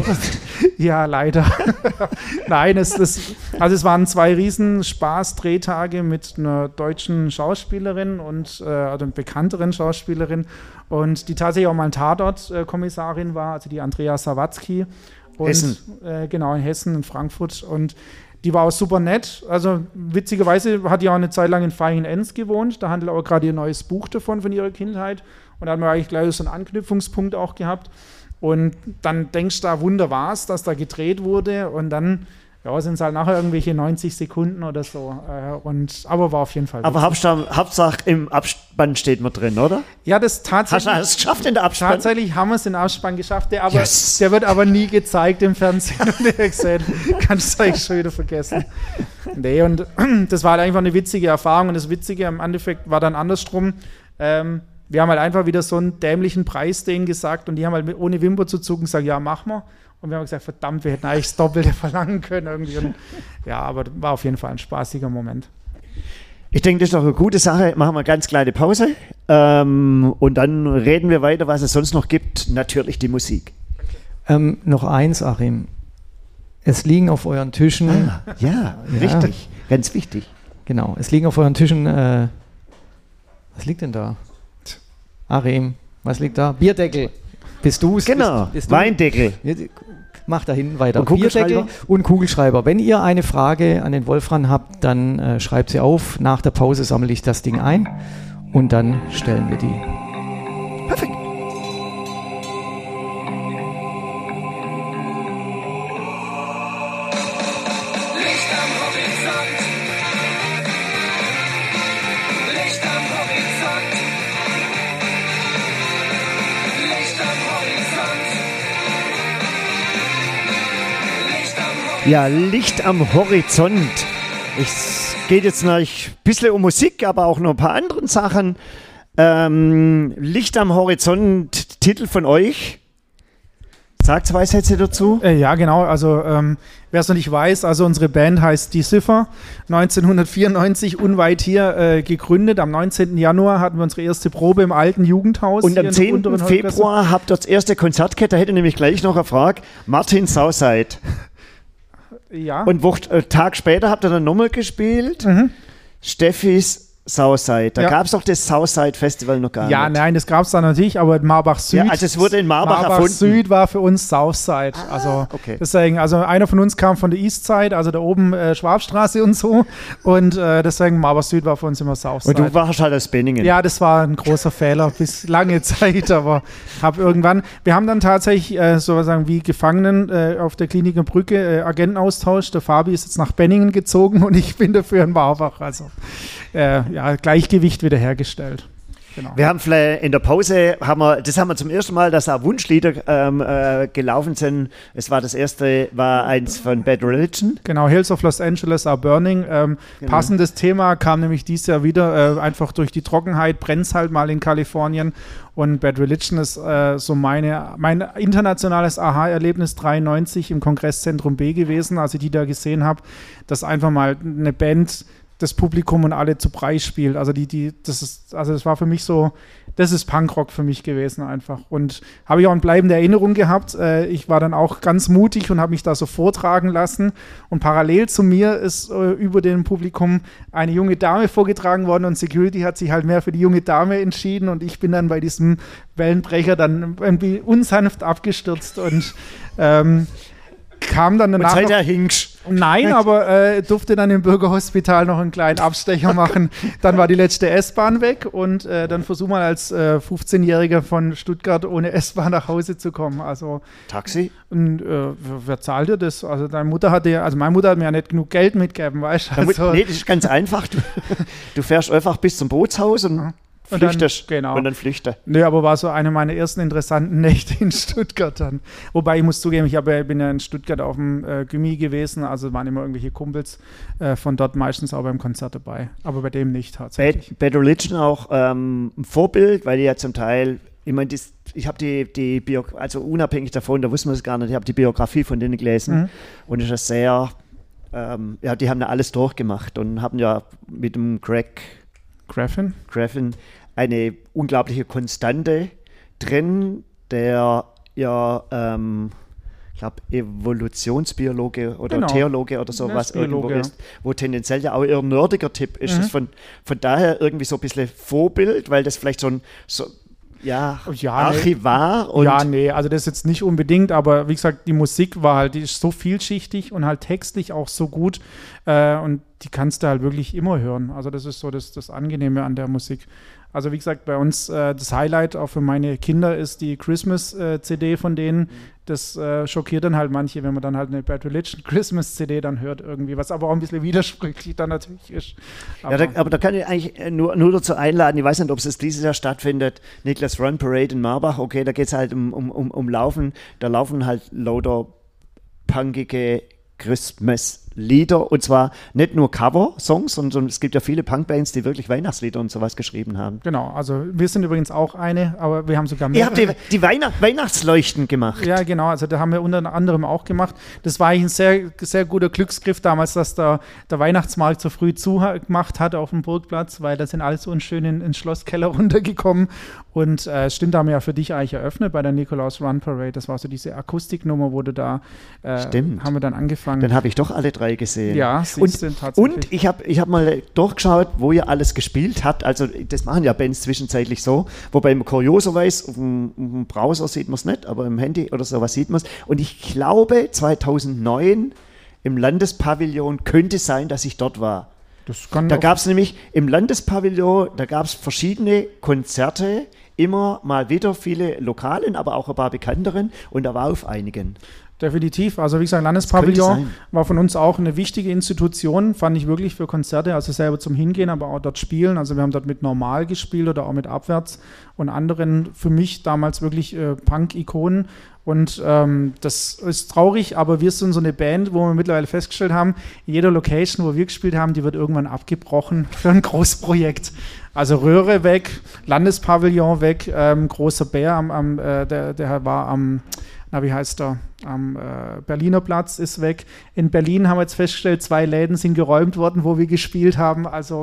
Ja, leider. Nein, es, es, also es waren zwei riesen Spaß-Drehtage mit einer deutschen Schauspielerin und äh, also einer bekannteren Schauspielerin und die tatsächlich auch mal ein Tatort-Kommissarin war, also die Andrea Sawatzki. Und, Hessen. Äh, genau, in Hessen, in Frankfurt. Und die war auch super nett. Also witzigerweise hat die auch eine Zeit lang in Vaihingen-Enz gewohnt. Da handelt aber gerade ihr neues Buch davon, von ihrer Kindheit. Und da haben wir eigentlich gleich so einen Anknüpfungspunkt auch gehabt. Und dann denkst du da, Wunder war's, dass da gedreht wurde. Und dann ja, sind es halt nachher irgendwelche neunzig Sekunden oder so. Äh, und, aber war auf jeden Fall. Aber Hauptsache, Hauptsache im Abspann steht man drin, oder? Ja, das tatsächlich. Hast du es geschafft in der Abspann? Tatsächlich haben wir es in den Abspann geschafft. Der, aber, Yes. der wird aber nie gezeigt im Fernsehen. Und der gesagt, kannst du eigentlich schon wieder vergessen. Nee, und das war halt einfach eine witzige Erfahrung. Und das Witzige im Endeffekt war dann andersrum. Ähm, wir haben halt einfach wieder so einen dämlichen Preis denen gesagt. Und die haben halt mit, ohne Wimper zu zucken gesagt, ja, mach mal. Und wir haben gesagt, verdammt, wir hätten eigentlich das Doppelte verlangen können irgendwie. Und ja, aber war auf jeden Fall ein spaßiger Moment. Ich denke, das ist doch eine gute Sache. Machen wir eine ganz kleine Pause ähm, und dann reden wir weiter, was es sonst noch gibt. Natürlich die Musik. Ähm, noch eins, Achim. Es liegen auf euren Tischen... Ah, ja, ja, richtig. Ganz wichtig. Genau, es liegen auf euren Tischen... Äh, was liegt denn da? Achim, was liegt da? Bierdeckel. Bist du es? Genau, bist, bist Weindeckel. Mach da hinten weiter. Und Kugelschreiber? Bierdeckel und Kugelschreiber. Wenn ihr eine Frage an den Wolfram habt, dann äh, schreibt sie auf. Nach der Pause sammle ich das Ding ein und dann stellen wir die. Perfekt. Licht am Horizont. Licht am Horizont. Licht am Horizont. Licht am Horizont. Ja, Licht am Horizont. Es geht jetzt noch ein bisschen um Musik, aber auch noch ein paar andere Sachen. Ähm, Licht am Horizont, Titel von euch. Sagt zwei Sätze dazu. Äh, ja, genau. Also, ähm, wer es noch nicht weiß, also unsere Band heißt Die Ziffer. neunzehnhundertvierundneunzig unweit hier äh, gegründet. Am neunzehnten Januar hatten wir unsere erste Probe im alten Jugendhaus. Und hier am in der zehnten unteren Holtgasse. Februar habt ihr das erste Konzert gehabt. Da hätte nämlich gleich noch eine Frage. Martin Southside. Ja. Und Woche, äh, Tag später habt ihr dann nochmal gespielt. Mhm. Steffis Southside. Da Ja. gab es doch das Southside Festival noch gar Ja, nicht. nein, das gab es da natürlich, aber Marbach Süd. Ja, also es wurde in Marbach erfunden. Süd war für uns Southside. also okay. deswegen, also einer von uns kam von der Eastside, also da oben äh, Schwabstraße und so. Und äh, deswegen Marbach Süd war für uns immer Southside. Und du warst halt aus Benningen. Ja, das war ein großer Fehler bis lange Zeit, aber hab irgendwann, wir haben dann tatsächlich äh, sozusagen wie Gefangenen äh, auf der Kliniker Brücke äh, Agentenaustausch. Der Fabi ist jetzt nach Benningen gezogen und ich bin dafür in Marbach. Also äh, ja, Gleichgewicht wiederhergestellt. Genau. Wir haben vielleicht in der Pause, haben wir, das haben wir zum ersten Mal, dass auch Wunschlieder ähm, äh, gelaufen sind. Es war das erste, war eins von Bad Religion. Genau, Hills of Los Angeles are burning. Ähm, Genau. Passendes Thema kam nämlich dieses Jahr wieder, äh, einfach durch die Trockenheit, brennt es halt mal in Kalifornien. Und Bad Religion ist äh, so meine, mein internationales Aha-Erlebnis dreiundneunzig im Kongresszentrum B gewesen, als ich die da gesehen habe, dass einfach mal eine Band das Publikum und alle zu Brei spielt. Also die, die, das ist, also das war für mich so, das ist Punkrock für mich gewesen einfach. Und habe ich auch eine bleibende Erinnerung gehabt. Äh, ich war dann auch ganz mutig und habe mich da so vortragen lassen. Und parallel zu mir ist äh, über dem Publikum eine junge Dame vorgetragen worden und Security hat sich halt mehr für die junge Dame entschieden und ich bin dann bei diesem Wellenbrecher dann irgendwie unsanft abgestürzt und ähm, kam dann danach. Und der Hingsch. Nein, aber äh, durfte dann im Bürgerhospital noch einen kleinen Abstecher machen. Dann war die letzte S-Bahn weg und äh, dann versuch mal als äh, fünfzehnjähriger von Stuttgart ohne S-Bahn nach Hause zu kommen. Also Taxi? Und, äh, wer zahlt dir das? Also deine Mutter hatte ja, also meine Mutter hat mir ja nicht genug Geld mitgegeben, weißt du? Also, nee, das ist ganz einfach. Du, du fährst einfach bis zum Bootshaus und ja. flüchtest. Und dann, genau. Und dann flüchte. Nee, aber war so eine meiner ersten interessanten Nächte in Stuttgart dann. Wobei ich muss zugeben, ich hab, bin ja in Stuttgart auf dem äh, Gymi gewesen, also waren immer irgendwelche Kumpels äh, von dort meistens auch beim Konzert dabei. Aber bei dem nicht tatsächlich. Bad, Bad Religion auch ähm, ein Vorbild, weil die ja zum Teil, ich meine, ich habe die, die Bio, also unabhängig davon, da wussten wir es gar nicht, ich habe die Biografie von denen gelesen mhm. und es ist sehr, ähm, ja, die haben ja alles durchgemacht und haben ja mit dem Greg Graffin, Graffin eine unglaubliche Konstante drin, der ja, ähm, ich glaube, Evolutionsbiologe oder genau. Theologe oder sowas irgendwo Biologe, ist, wo tendenziell ja auch eher ein nerdiger Tipp ist. Mhm. Das von, von daher irgendwie so ein bisschen Vorbild, weil das vielleicht so ein so, ja, ja, Archivar nee. und ja, nee, also das jetzt nicht unbedingt, aber wie gesagt, die Musik war halt, die ist so vielschichtig und halt textlich auch so gut äh, und die kannst du halt wirklich immer hören. Also das ist so das, das Angenehme an der Musik. Also wie gesagt, bei uns äh, das Highlight auch für meine Kinder ist die Christmas-C D von denen. Mhm. Das äh, schockiert dann halt manche, wenn man dann halt eine Bad Religion Christmas-C D dann hört irgendwie, was aber auch ein bisschen widersprüchlich dann natürlich ist. Aber, ja, da, aber da kann ich eigentlich nur, nur dazu einladen, ich weiß nicht, ob es dieses Jahr stattfindet, Niklas Run Parade in Marbach, okay, da geht es halt um, um, um, um Laufen, da laufen halt lauter punkige Christmas-Lieder und zwar nicht nur Cover-Songs, sondern es gibt ja viele Punkbands, die wirklich Weihnachtslieder und sowas geschrieben haben. Genau, also wir sind übrigens auch eine, aber wir haben sogar mehr. Ihr habt die, die Weihnacht, Weihnachtsleuchten gemacht. Ja, genau, also da haben wir unter anderem auch gemacht. Das war eigentlich ein sehr, sehr guter Glücksgriff damals, dass der, der Weihnachtsmarkt so früh zugemacht hat auf dem Burgplatz, weil da sind alle so schön in den Schlosskeller runtergekommen und äh, stimmt, da haben wir ja für dich eigentlich eröffnet bei der Nikolaus Run Parade. Das war so diese Akustiknummer, wo du da äh, stimmt. haben wir dann angefangen. Dann habe ich doch alle drei gesehen. Ja, sie und, sind tatsächlich. Und ich habe ich hab mal durchgeschaut, wo ihr alles gespielt habt. Also das machen ja Bands zwischenzeitlich so. Wobei man kurioserweise auf dem, auf dem Browser sieht man es nicht, aber im Handy oder sowas sieht man es. Und ich glaube zweitausendneun im Landespavillon könnte sein, dass ich dort war. Das kann da gab es nämlich im Landespavillon, da gab es verschiedene Konzerte, immer mal wieder viele lokalen, aber auch ein paar bekannteren und da war auf einigen. Definitiv. Also wie gesagt, Landespavillon war von uns auch eine wichtige Institution, fand ich wirklich für Konzerte, also selber zum Hingehen, aber auch dort spielen. Also wir haben dort mit Normal gespielt oder auch mit Abwärts und anderen für mich damals wirklich äh, Punk-Ikonen. Und ähm, das ist traurig, aber wir sind so eine Band, wo wir mittlerweile festgestellt haben, jede Location, wo wir gespielt haben, die wird irgendwann abgebrochen für ein Großprojekt. Also Röhre weg, Landespavillon weg, ähm, Großer Bär, am, am, äh, der, der war am, na wie heißt der, am äh, Berliner Platz ist weg. In Berlin haben wir jetzt festgestellt, zwei Läden sind geräumt worden, wo wir gespielt haben. Also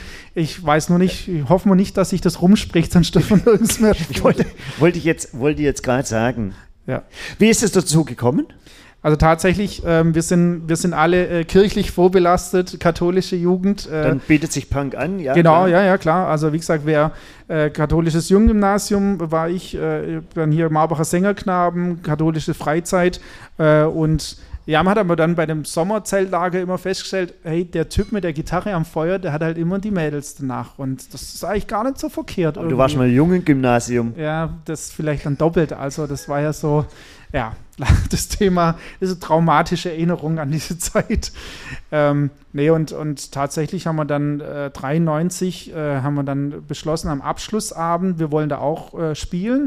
ich weiß nur nicht, ich hoffe nur nicht, dass sich das rumspricht, sonst dürfen wir nirgends mehr spielen. Ich wollte, wollte ich jetzt, wollte jetzt gerade sagen. Ja. Wie ist es dazu gekommen? Also tatsächlich, ähm, wir, sind, wir sind alle äh, kirchlich vorbelastet, katholische Jugend. Äh, Dann bietet sich Punk an, ja. Genau, klar. ja, ja, klar. Also wie gesagt, wer äh, katholisches Junggymnasium war ich, äh, dann hier Marbacher Sängerknaben, katholische Freizeit äh, und ja, man hat aber dann bei dem Sommerzeltlager immer festgestellt, hey, der Typ mit der Gitarre am Feuer, der hat halt immer die Mädels danach und das ist eigentlich gar nicht so verkehrt. Aber du warst mal im Jungen-Gymnasium. Ja, das vielleicht dann doppelt, also das war ja so, ja, das Thema, diese traumatische Erinnerung an diese Zeit. Ähm, nee, und, und tatsächlich haben wir dann äh, dreiundneunzig äh, haben wir dann beschlossen am Abschlussabend, wir wollen da auch äh, spielen.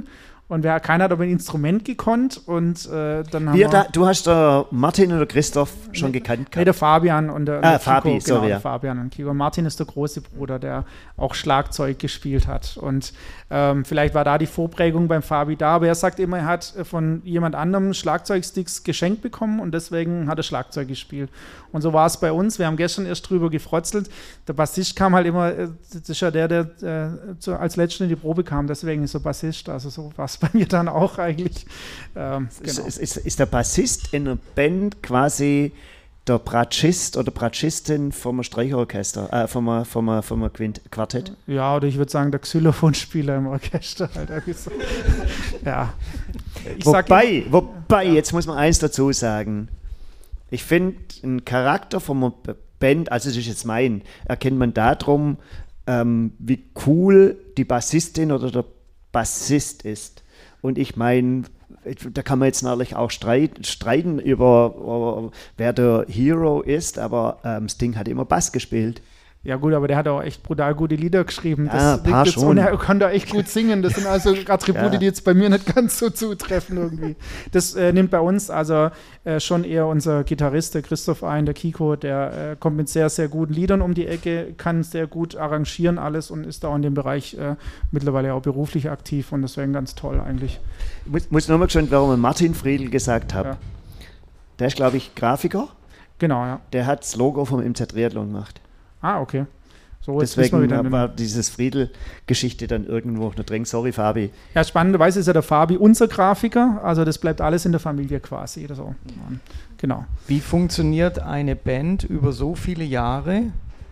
Und wer, keiner hat aber ein Instrument gekonnt und äh, dann haben Wir wir... da, du hast äh, Martin oder Christoph schon nee, gekannt Nee, gehabt? der Fabian und der, Ah, der Fabi, Kiko, sorry, genau, ja. der Fabian und Kiko. Martin ist der große Bruder, der auch Schlagzeug gespielt hat. Und ähm, vielleicht war da die Vorprägung beim Fabi da, aber er sagt immer, er hat von jemand anderem Schlagzeugsticks geschenkt bekommen und deswegen hat er Schlagzeug gespielt. Und so war es bei uns. Wir haben gestern erst drüber gefrotzelt. Der Bassist kam halt immer, äh, das ist ja der, der äh, zu, als Letzter in die Probe kam, deswegen ist er Bassist. Also so war es bei mir dann auch eigentlich. Ähm, Ist, genau. ist, ist, ist der Bassist in einer Band quasi der Bratschist oder Bratschistin vom Streicherorchester, äh, vom, vom, vom Quint Quartett? Ja, oder ich würde sagen, der Xylophonspieler im Orchester. Halt irgendwie so. Ja. Ich sag Wobei, immer- wobei jetzt muss man eins dazu sagen. Ich finde, einen Charakter von einer B- Band, also das ist jetzt mein, erkennt man darum, ähm, wie cool die Bassistin oder der Bassist ist. Und ich meine, da kann man jetzt natürlich auch streit, streiten über, über, wer der Hero ist, aber ähm, Sting hat immer Bass gespielt. Ja gut, aber der hat auch echt brutal gute Lieder geschrieben. Ja, Das ein paar liegt jetzt, schon. und er kann da echt gut singen. Das sind also Attribute, Ja. die jetzt bei mir nicht ganz so zutreffen irgendwie. Das äh, nimmt bei uns also äh, schon eher unser Gitarrist, der Christoph ein, der Kiko, der äh, kommt mit sehr, sehr guten Liedern um die Ecke, kann sehr gut arrangieren alles und ist da auch in dem Bereich äh, mittlerweile auch beruflich aktiv und deswegen ganz toll eigentlich. Ich muss, muss nochmal geschaut, warum ich Martin Friedl gesagt habe. Ja. Der ist, glaube ich, Grafiker. Genau, ja. Der hat das Logo vom M Z Triathlon gemacht. Ah, okay. So, jetzt wissen wir Deswegen wieder. war dieses Friedl-Geschichte dann irgendwo noch drin. Sorry, Fabi. Ja, spannenderweise ist ja der Fabi unser Grafiker, also das bleibt alles in der Familie quasi. Oder so. Genau. Wie funktioniert eine Band über so viele Jahre,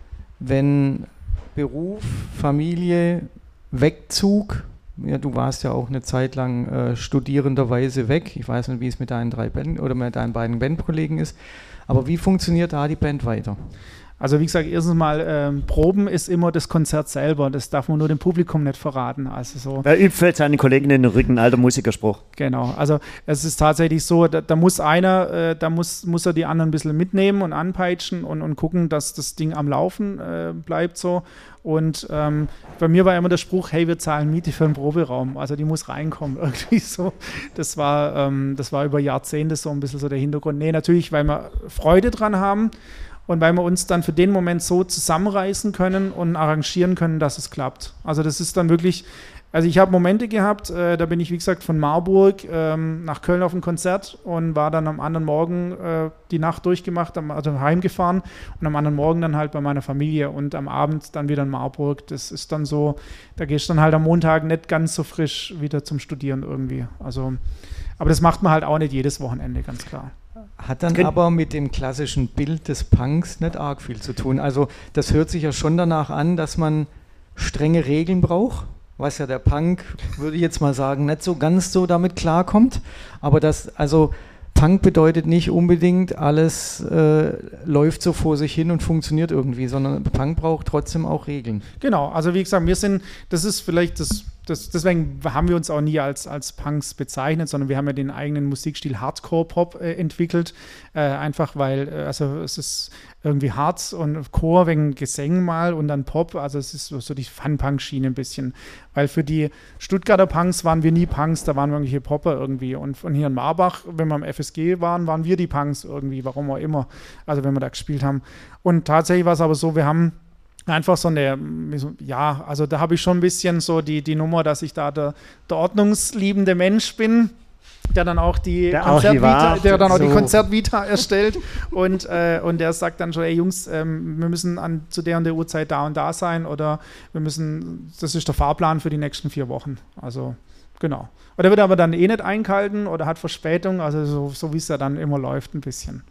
wenn Beruf, Familie, Wegzug, ja, du warst ja auch eine Zeit lang äh, studierenderweise weg, ich weiß nicht, wie es mit deinen drei Band oder mit deinen beiden Bandkollegen ist, aber wie funktioniert da die Band weiter? Also wie gesagt, erstens mal, ähm, Proben ist immer das Konzert selber, das darf man nur dem Publikum nicht verraten. Also so. Wer übt fällt seinen Kollegen in den Rücken, alter Musikerspruch. Genau, also es ist tatsächlich so, da, da muss einer, äh, da muss, muss er die anderen ein bisschen mitnehmen und anpeitschen und, und gucken, dass das Ding am Laufen äh, bleibt so. Und ähm, bei mir war immer der Spruch, hey, wir zahlen Miete für einen Proberaum, also die muss reinkommen, irgendwie so. Das war, ähm, das war über Jahrzehnte so ein bisschen so der Hintergrund. Nee, natürlich, weil wir Freude dran haben. Und weil wir uns dann für den Moment so zusammenreißen können und arrangieren können, dass es klappt. Also das ist dann wirklich, also ich habe Momente gehabt, äh, da bin ich wie gesagt von Marburg ähm, nach Köln auf ein Konzert und war dann am anderen Morgen äh, die Nacht durchgemacht, am, also heimgefahren und am anderen Morgen dann halt bei meiner Familie und am Abend dann wieder in Marburg. Das ist dann so, da gehst du dann halt am Montag nicht ganz so frisch wieder zum Studieren irgendwie. Also, aber das macht man halt auch nicht jedes Wochenende, ganz klar. Hat dann Gen- aber mit dem klassischen Bild des Punks nicht arg viel zu tun. Also das hört sich ja schon danach an, dass man strenge Regeln braucht, was ja der Punk, würde ich jetzt mal sagen, nicht so ganz so damit klarkommt. Aber das, also Punk bedeutet nicht unbedingt, alles äh, läuft so vor sich hin und funktioniert irgendwie, sondern Punk braucht trotzdem auch Regeln. Genau, also wie gesagt, wir sind, das ist vielleicht das, das deswegen haben wir uns auch nie als, als Punks bezeichnet, sondern wir haben ja den eigenen Musikstil Hardcore-Pop äh, entwickelt, äh, einfach weil, äh, also es ist irgendwie Hard und Chor wegen Gesängen mal und dann Pop, also es ist so, so die Fun-Punk-Schiene ein bisschen, weil für die Stuttgarter Punks waren wir nie Punks, da waren wir irgendwelche Popper irgendwie und von hier in Marbach, wenn wir am F S G waren, waren wir die Punks irgendwie, warum auch immer, also wenn wir da gespielt haben. Und tatsächlich war es aber so, wir haben einfach so eine, ja, also da habe ich schon ein bisschen so die, die Nummer, dass ich da der, der ordnungsliebende Mensch bin, der dann auch die Der Konzertvita, Archivar, der dann auch die so. Konzertvita erstellt und, äh, und der sagt dann schon, ey Jungs, ähm, wir müssen an, zu der und der Uhrzeit da und da sein oder wir müssen, das ist der Fahrplan für die nächsten vier Wochen. Also genau. Und der wird aber dann eh nicht eingehalten oder hat Verspätung, also so, so wie es ja dann immer läuft ein bisschen.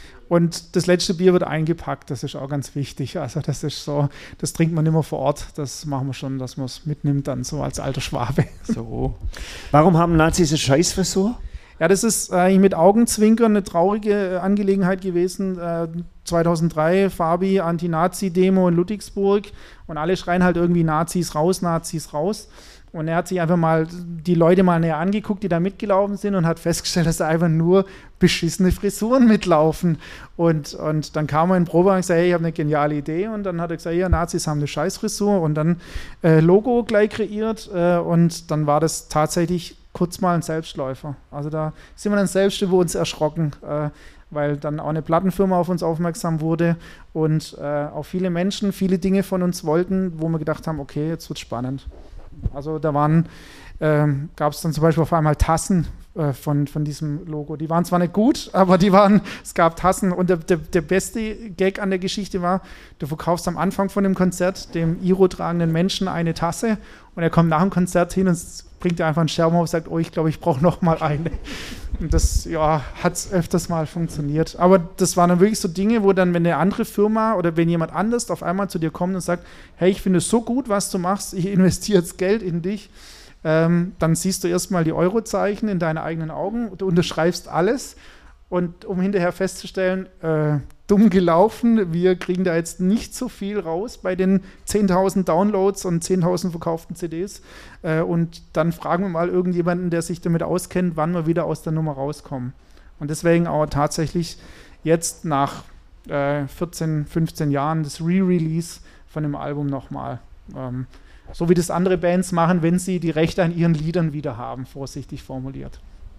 Und das letzte Bier wird eingepackt, das ist auch ganz wichtig. Also das ist so, das trinkt man immer vor Ort, das machen wir schon, dass man es mitnimmt dann so als alter Schwabe. So. Warum haben Nazis eine Scheißfrisur? Ja, das ist eigentlich mit Augenzwinkern eine traurige äh, Angelegenheit gewesen. Äh, zweitausenddrei, Fabi, Anti-Nazi-Demo in Ludwigsburg und alle schreien halt irgendwie Nazis raus, Nazis raus. Und er hat sich einfach mal die Leute mal näher angeguckt, die da mitgelaufen sind und hat festgestellt, dass da einfach nur beschissene Frisuren mitlaufen. Und, und dann kam er in Probe und gesagt, hey, ich habe eine geniale Idee. Und dann hat er gesagt, ja, Nazis haben eine Scheißfrisur und dann äh, Logo gleich kreiert. Äh, und dann war das tatsächlich kurz mal ein Selbstläufer. Also da sind wir dann selbst über uns erschrocken, äh, weil dann auch eine Plattenfirma auf uns aufmerksam wurde und äh, auch viele Menschen viele Dinge von uns wollten, wo wir gedacht haben, okay, jetzt wird spannend. Also da waren, ähm, gab es dann zum Beispiel auf einmal Tassen äh, von, von diesem Logo. Die waren zwar nicht gut, aber die waren, es gab Tassen und der, der, der beste Gag an der Geschichte war, du verkaufst am Anfang von dem Konzert dem Iro-tragenden Menschen eine Tasse und er kommt nach dem Konzert hin und bringt dir einfach einen Scherben auf und sagt, oh, ich glaube, ich brauche noch mal eine. Und das, ja, hat öfters mal funktioniert. Aber das waren dann wirklich so Dinge, wo dann, wenn eine andere Firma oder wenn jemand anders auf einmal zu dir kommt und sagt, hey, ich finde es so gut, was du machst, ich investiere jetzt Geld in dich, ähm, dann siehst du erstmal die Eurozeichen in deinen eigenen Augen, du unterschreibst alles und um hinterher festzustellen, äh, dumm gelaufen, wir kriegen da jetzt nicht so viel raus bei den zehntausend Downloads und zehntausend verkauften C Ds äh, und dann fragen wir mal irgendjemanden, der sich damit auskennt, wann wir wieder aus der Nummer rauskommen. Und deswegen auch tatsächlich jetzt nach äh, vierzehn, fünfzehn Jahren das Re-Release von dem Album nochmal. Ähm, so wie das andere Bands machen, wenn sie die Rechte an ihren Liedern wieder haben, vorsichtig formuliert.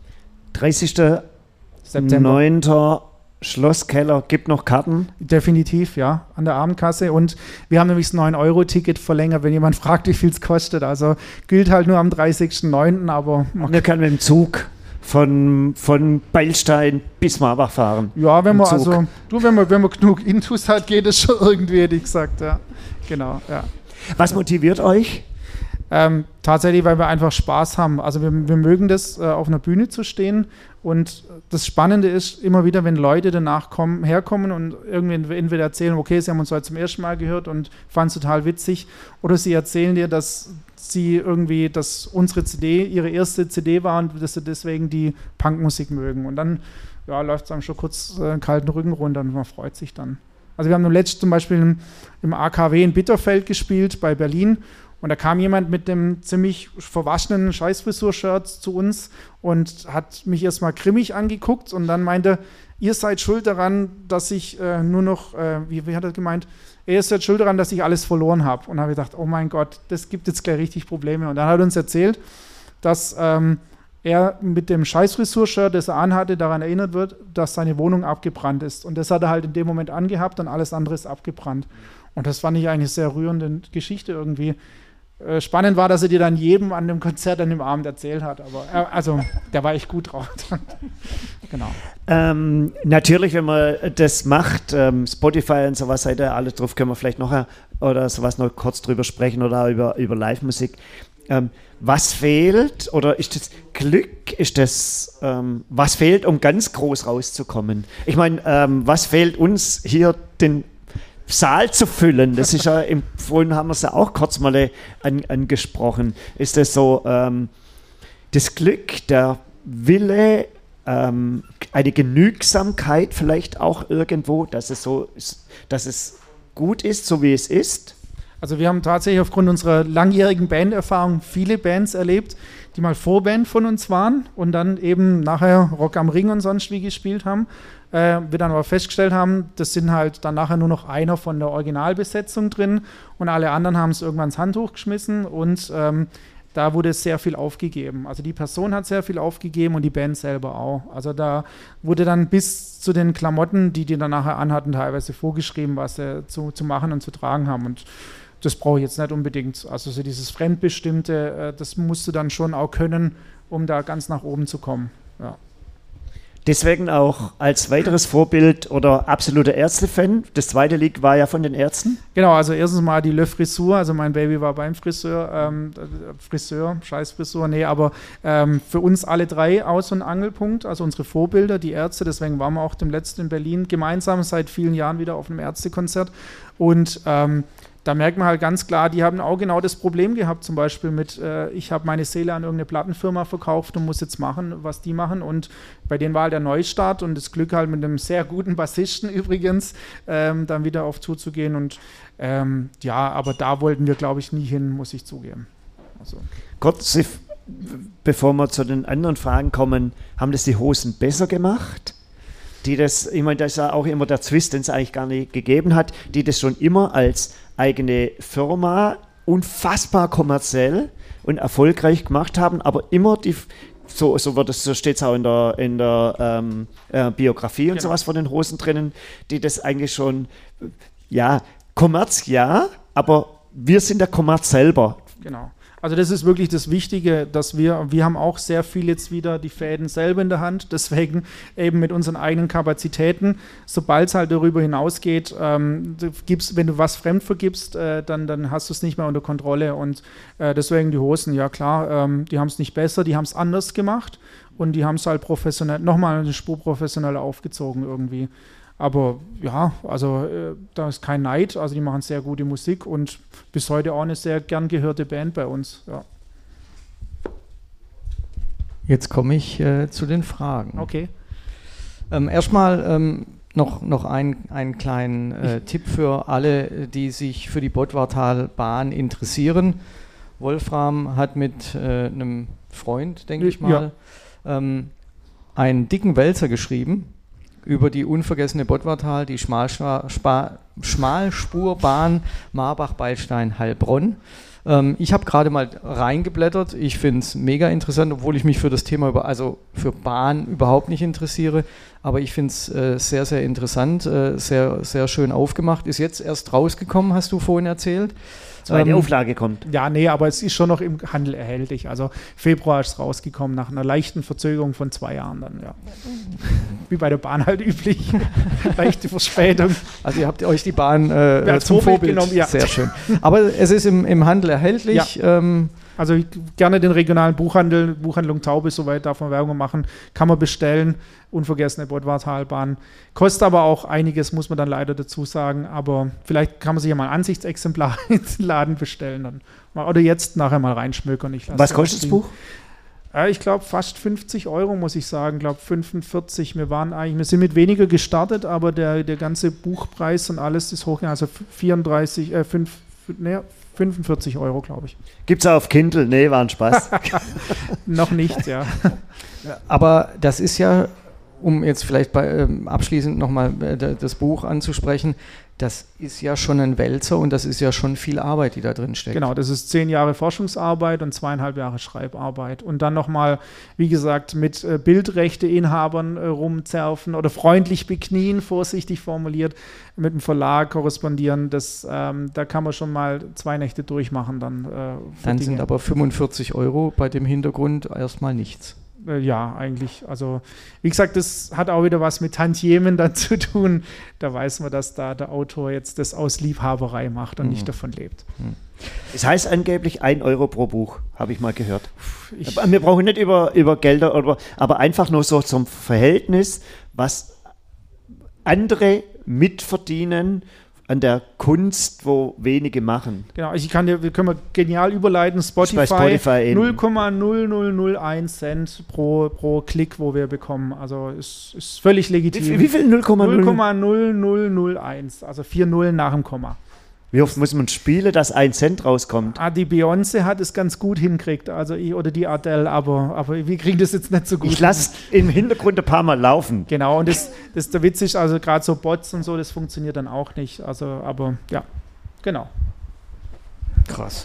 dreißigster September. neunter Schlosskeller, gibt noch Karten? Definitiv, ja, an der Abendkasse. Und wir haben nämlich das neun Euro Ticket verlängert, wenn jemand fragt, wie viel es kostet. Also gilt halt nur am dreißigsten neunten aber... Und wir können mit dem Zug von, von Beilstein bis Marbach fahren. Ja, wenn Im man Zug. also, du, wenn man, wenn man genug Intus hat, geht es schon irgendwie, hätte ich gesagt, ja. Genau, ja. Was motiviert euch? Ähm, tatsächlich, weil wir einfach Spaß haben. Also wir, wir mögen das, äh, auf einer Bühne zu stehen. Und das Spannende ist immer wieder, wenn Leute danach kommen, herkommen und irgendwie entweder erzählen, okay, sie haben uns heute zum ersten Mal gehört und fanden es total witzig, oder sie erzählen dir, dass sie irgendwie, dass unsere C D ihre erste C D war und dass sie deswegen die Punkmusik mögen. Und dann ja, läuft es einem schon kurz äh, einen kalten Rücken runter und man freut sich dann. Also wir haben letztens zum Beispiel im, im A K W in Bitterfeld gespielt, bei Berlin. Und da kam jemand mit dem ziemlich verwaschenen Scheißfrisur-Shirt zu uns und hat mich erstmal grimmig angeguckt und dann meinte, ihr seid schuld daran, dass ich äh, nur noch, äh, wie, wie hat er gemeint, ihr seid schuld daran, dass ich alles verloren habe. Und da habe ich gedacht, oh mein Gott, das gibt jetzt gleich richtig Probleme. Und dann hat er uns erzählt, dass ähm, er mit dem Scheißfrisur-Shirt, das er anhatte, daran erinnert wird, dass seine Wohnung abgebrannt ist. Und das hat er halt in dem Moment angehabt und alles andere ist abgebrannt. Und das fand ich eigentlich eine sehr rührende Geschichte irgendwie. Spannend war, dass er dir dann jedem an dem Konzert an dem Abend erzählt hat, aber er, also der war echt gut drauf. Genau. Ähm, natürlich, wenn man das macht, ähm, Spotify und sowas, seid ihr alle drauf, können wir vielleicht noch oder sowas noch kurz drüber sprechen oder über, über Live-Musik. Ähm, was fehlt oder ist das Glück, ist das, ähm, was fehlt, um ganz groß rauszukommen? Ich meine, ähm, was fehlt uns hier, den Saal zu füllen, das ist ja, im, vorhin haben wir es ja auch kurz mal an, angesprochen, ist das so ähm, das Glück, der Wille, ähm, eine Genügsamkeit vielleicht auch irgendwo, dass es so ist, dass es gut ist, so wie es ist? Also wir haben tatsächlich aufgrund unserer langjährigen Banderfahrung viele Bands erlebt, die mal Vorband von uns waren und dann eben nachher Rock am Ring und sonst wie gespielt haben. Äh, wir dann aber festgestellt haben, das sind halt dann nachher nur noch einer von der Originalbesetzung drin und alle anderen haben es irgendwann ins Handtuch geschmissen und ähm, da wurde sehr viel aufgegeben. Also die Person hat sehr viel aufgegeben und die Band selber auch. Also da wurde dann bis zu den Klamotten, die die dann nachher anhatten, teilweise vorgeschrieben, was sie zu, zu machen und zu tragen haben. Und das brauche ich jetzt nicht unbedingt. Also so dieses Fremdbestimmte, äh, das musst du dann schon auch können, um da ganz nach oben zu kommen. Ja. Deswegen auch als weiteres Vorbild oder absoluter Ärzte-Fan. Das zweite Lied war ja von den Ärzten. Genau, also erstens mal die Le Frisur, also mein Baby war beim Friseur, ähm, Friseur, scheiß Frisur, nee, aber ähm, für uns alle drei Aus- und Angelpunkt, also unsere Vorbilder, die Ärzte, deswegen waren wir auch dem letzten in Berlin gemeinsam seit vielen Jahren wieder auf einem Ärztekonzert und ähm, da merkt man halt ganz klar, die haben auch genau das Problem gehabt, zum Beispiel mit, äh, ich habe meine Seele an irgendeine Plattenfirma verkauft und muss jetzt machen, was die machen und bei denen war halt der Neustart und das Glück halt mit einem sehr guten Bassisten übrigens, ähm, dann wieder auf Tour zu gehen und ähm, ja, aber da wollten wir, glaube ich, nie hin, muss ich zugeben. Also. Kurz, bevor wir zu den anderen Fragen kommen, haben das die Hosen besser gemacht? Die das, ich meine, das ist ja auch immer der Twist, den es eigentlich gar nicht gegeben hat, die das schon immer als eigene Firma, unfassbar kommerziell, und erfolgreich gemacht haben, aber immer die, so, so, wird es, so steht es auch in der, in der ähm, äh, Biografie und Genau. sowas von den Hosen drinnen, die das eigentlich schon, ja, Kommerz ja, aber wir sind der Kommerz selber. Genau. Also das ist wirklich das Wichtige, dass wir, wir haben auch sehr viel jetzt wieder die Fäden selber in der Hand, deswegen eben mit unseren eigenen Kapazitäten, sobald es halt darüber hinausgeht, ähm, du gibst, wenn du was fremd vergibst, äh, dann, dann hast du es nicht mehr unter Kontrolle und äh, deswegen die Hosen, ja klar, ähm, die haben es nicht besser, die haben es anders gemacht und die haben es halt professionell, nochmal eine Spur professioneller aufgezogen irgendwie. Aber ja, also äh, da ist kein Neid, also die machen sehr gute Musik und bis heute auch eine sehr gern gehörte Band bei uns. Ja. Jetzt komme ich äh, zu den Fragen. Okay. Ähm, erstmal ähm, noch, noch ein, einen kleinen äh, Tipp für alle, die sich für die Bottwartalbahn interessieren. Wolfram hat mit äh, einem Freund, denke ich mal, ja. ähm, einen dicken Wälzer geschrieben über die unvergessene Bottwartal, die Schmalspur, Spa, Schmalspurbahn Marbach-Beilstein-Heilbronn. Ähm, ich habe gerade mal reingeblättert. Ich finde es mega interessant, obwohl ich mich für das Thema, über, also für Bahn überhaupt nicht interessiere. Aber ich finde es äh, sehr, sehr interessant, äh, sehr, sehr schön aufgemacht. Ist jetzt erst rausgekommen, hast du vorhin erzählt. Zweite Ähm, Auflage kommt. Ja, nee, aber es ist schon noch im Handel erhältlich. Also Februar ist es rausgekommen, nach einer leichten Verzögerung von zwei Jahren dann, ja. Wie bei der Bahn halt üblich. Leichte Verspätung. Also ihr habt euch die Bahn äh, als zum Vorbild Vorbild genommen, ja. Sehr schön. Aber es ist im, im Handel erhältlich. Ja. Ähm, Also ich, gerne den regionalen Buchhandel, Buchhandlung Taube, soweit darf man Werbung machen, kann man bestellen. Unvergessene Bottwartalbahn. Kostet aber auch einiges, muss man dann leider dazu sagen. Aber vielleicht kann man sich ja mal ein Ansichtsexemplar ins Laden bestellen. Dann mal, oder jetzt nachher mal reinschmökern. Ich Was kostet das Buch? Ja, ich glaube fast fünfzig Euro, muss ich sagen. Ich glaube fünfundvierzig. Wir waren eigentlich, wir sind mit weniger gestartet, aber der, der ganze Buchpreis und alles ist hoch. Also vierunddreißig, äh, fünf, ne, fünfundvierzig Euro, glaube ich. Gibt's auf Kindle? Nee, war ein Spaß. Noch nicht, ja. Aber das ist ja, um jetzt vielleicht bei, ähm, abschließend nochmal äh, das Buch anzusprechen, das ist ja schon ein Wälzer und das ist ja schon viel Arbeit, die da drin steckt. Genau, das ist zehn Jahre Forschungsarbeit und zweieinhalb Jahre Schreibarbeit. Und dann nochmal, wie gesagt, mit äh, Bildrechteinhabern äh, rumzerfen oder freundlich beknien, vorsichtig formuliert, mit dem Verlag korrespondieren. Das, ähm, da kann man schon mal zwei Nächte durchmachen. Dann, äh, dann Dinge. sind aber fünfundvierzig Euro bei dem Hintergrund erstmal nichts. Ja, eigentlich. Also, wie gesagt, das hat auch wieder was mit Tantiemen dann zu tun. Da weiß man, dass da der Autor jetzt das aus Liebhaberei macht und Mhm. nicht davon lebt. Es heißt angeblich ein Euro pro Buch, habe ich mal gehört. Ich, Aber wir brauchen nicht über, über Gelder, oder, aber einfach nur so zum Verhältnis, was andere mitverdienen an der Kunst, wo wenige machen. genau, ich kann dir, wir können wir genial überleiten. Spotify, Bei Spotify in- null Komma null null null eins Cent pro, pro Klick, wo wir bekommen. Also ist, ist völlig Wie, legitim. viel- wie viel? null Komma null null? Komma null null null eins, also vier Nullen nach dem Komma. Wie oft muss man spielen, dass ein Cent rauskommt? Ah, die Beyoncé hat es ganz gut hinkriegt, also ich, oder die Adele, aber, aber wir kriegen das jetzt nicht so gut. Ich lasse im Hintergrund ein paar Mal laufen. Genau, und das, das der Witz ist, also gerade so Bots und so, das funktioniert dann auch nicht. Also, aber ja, genau. Krass.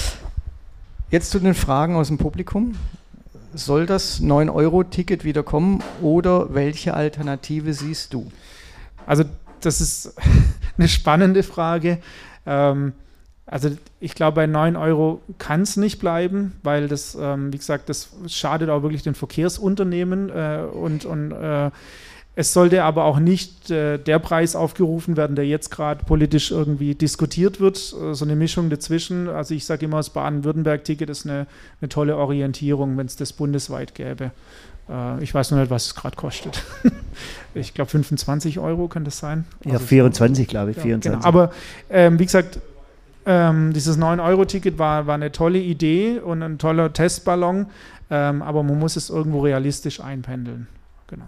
Jetzt zu den Fragen aus dem Publikum. Soll das neun Euro Ticket wieder kommen oder welche Alternative siehst du? Also das ist eine spannende Frage. Ähm, also ich glaube, bei neun Euro kann es nicht bleiben, weil das, ähm, wie gesagt, das schadet auch wirklich den Verkehrsunternehmen äh, und, und äh, es sollte aber auch nicht äh, der Preis aufgerufen werden, der jetzt gerade politisch irgendwie diskutiert wird, äh, so eine Mischung dazwischen. Also ich sage immer, das Baden-Württemberg-Ticket ist eine, eine tolle Orientierung, wenn es das bundesweit gäbe. Äh, ich weiß nur nicht, was es gerade kostet. Ich glaube fünfundzwanzig Euro kann das sein. Ja, Also, vierundzwanzig, glaube ich. ja, vierundzwanzig. genau. Aber ähm, wie gesagt, ähm, dieses neun Euro Ticket war, war eine tolle Idee und ein toller Testballon, ähm, aber man muss es irgendwo realistisch einpendeln. Genau.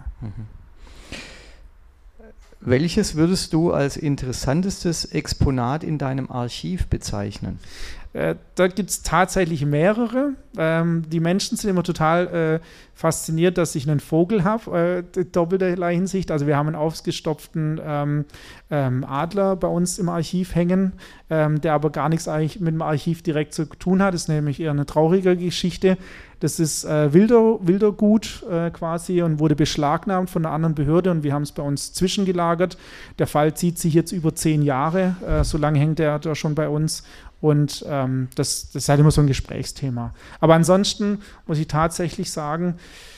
Welches würdest du als interessantestes Exponat in deinem Archiv bezeichnen? Äh, da gibt es tatsächlich mehrere. Ähm, die Menschen sind immer total äh, fasziniert, dass ich einen Vogel habe, äh, doppelterlei Hinsicht. Also wir haben einen ausgestopften ähm, ähm, Adler bei uns im Archiv hängen, ähm, der aber gar nichts eigentlich mit dem Archiv direkt zu tun hat. Das ist nämlich eher eine traurige Geschichte. Das ist äh, Wilder, Wildergut äh, quasi und wurde beschlagnahmt von einer anderen Behörde und wir haben es bei uns zwischengelagert. Der Fall zieht sich jetzt über zehn Jahre, äh, so lange hängt er da schon bei uns. Und ähm, das, das ist halt immer so ein Gesprächsthema. Aber ansonsten muss ich tatsächlich sagen,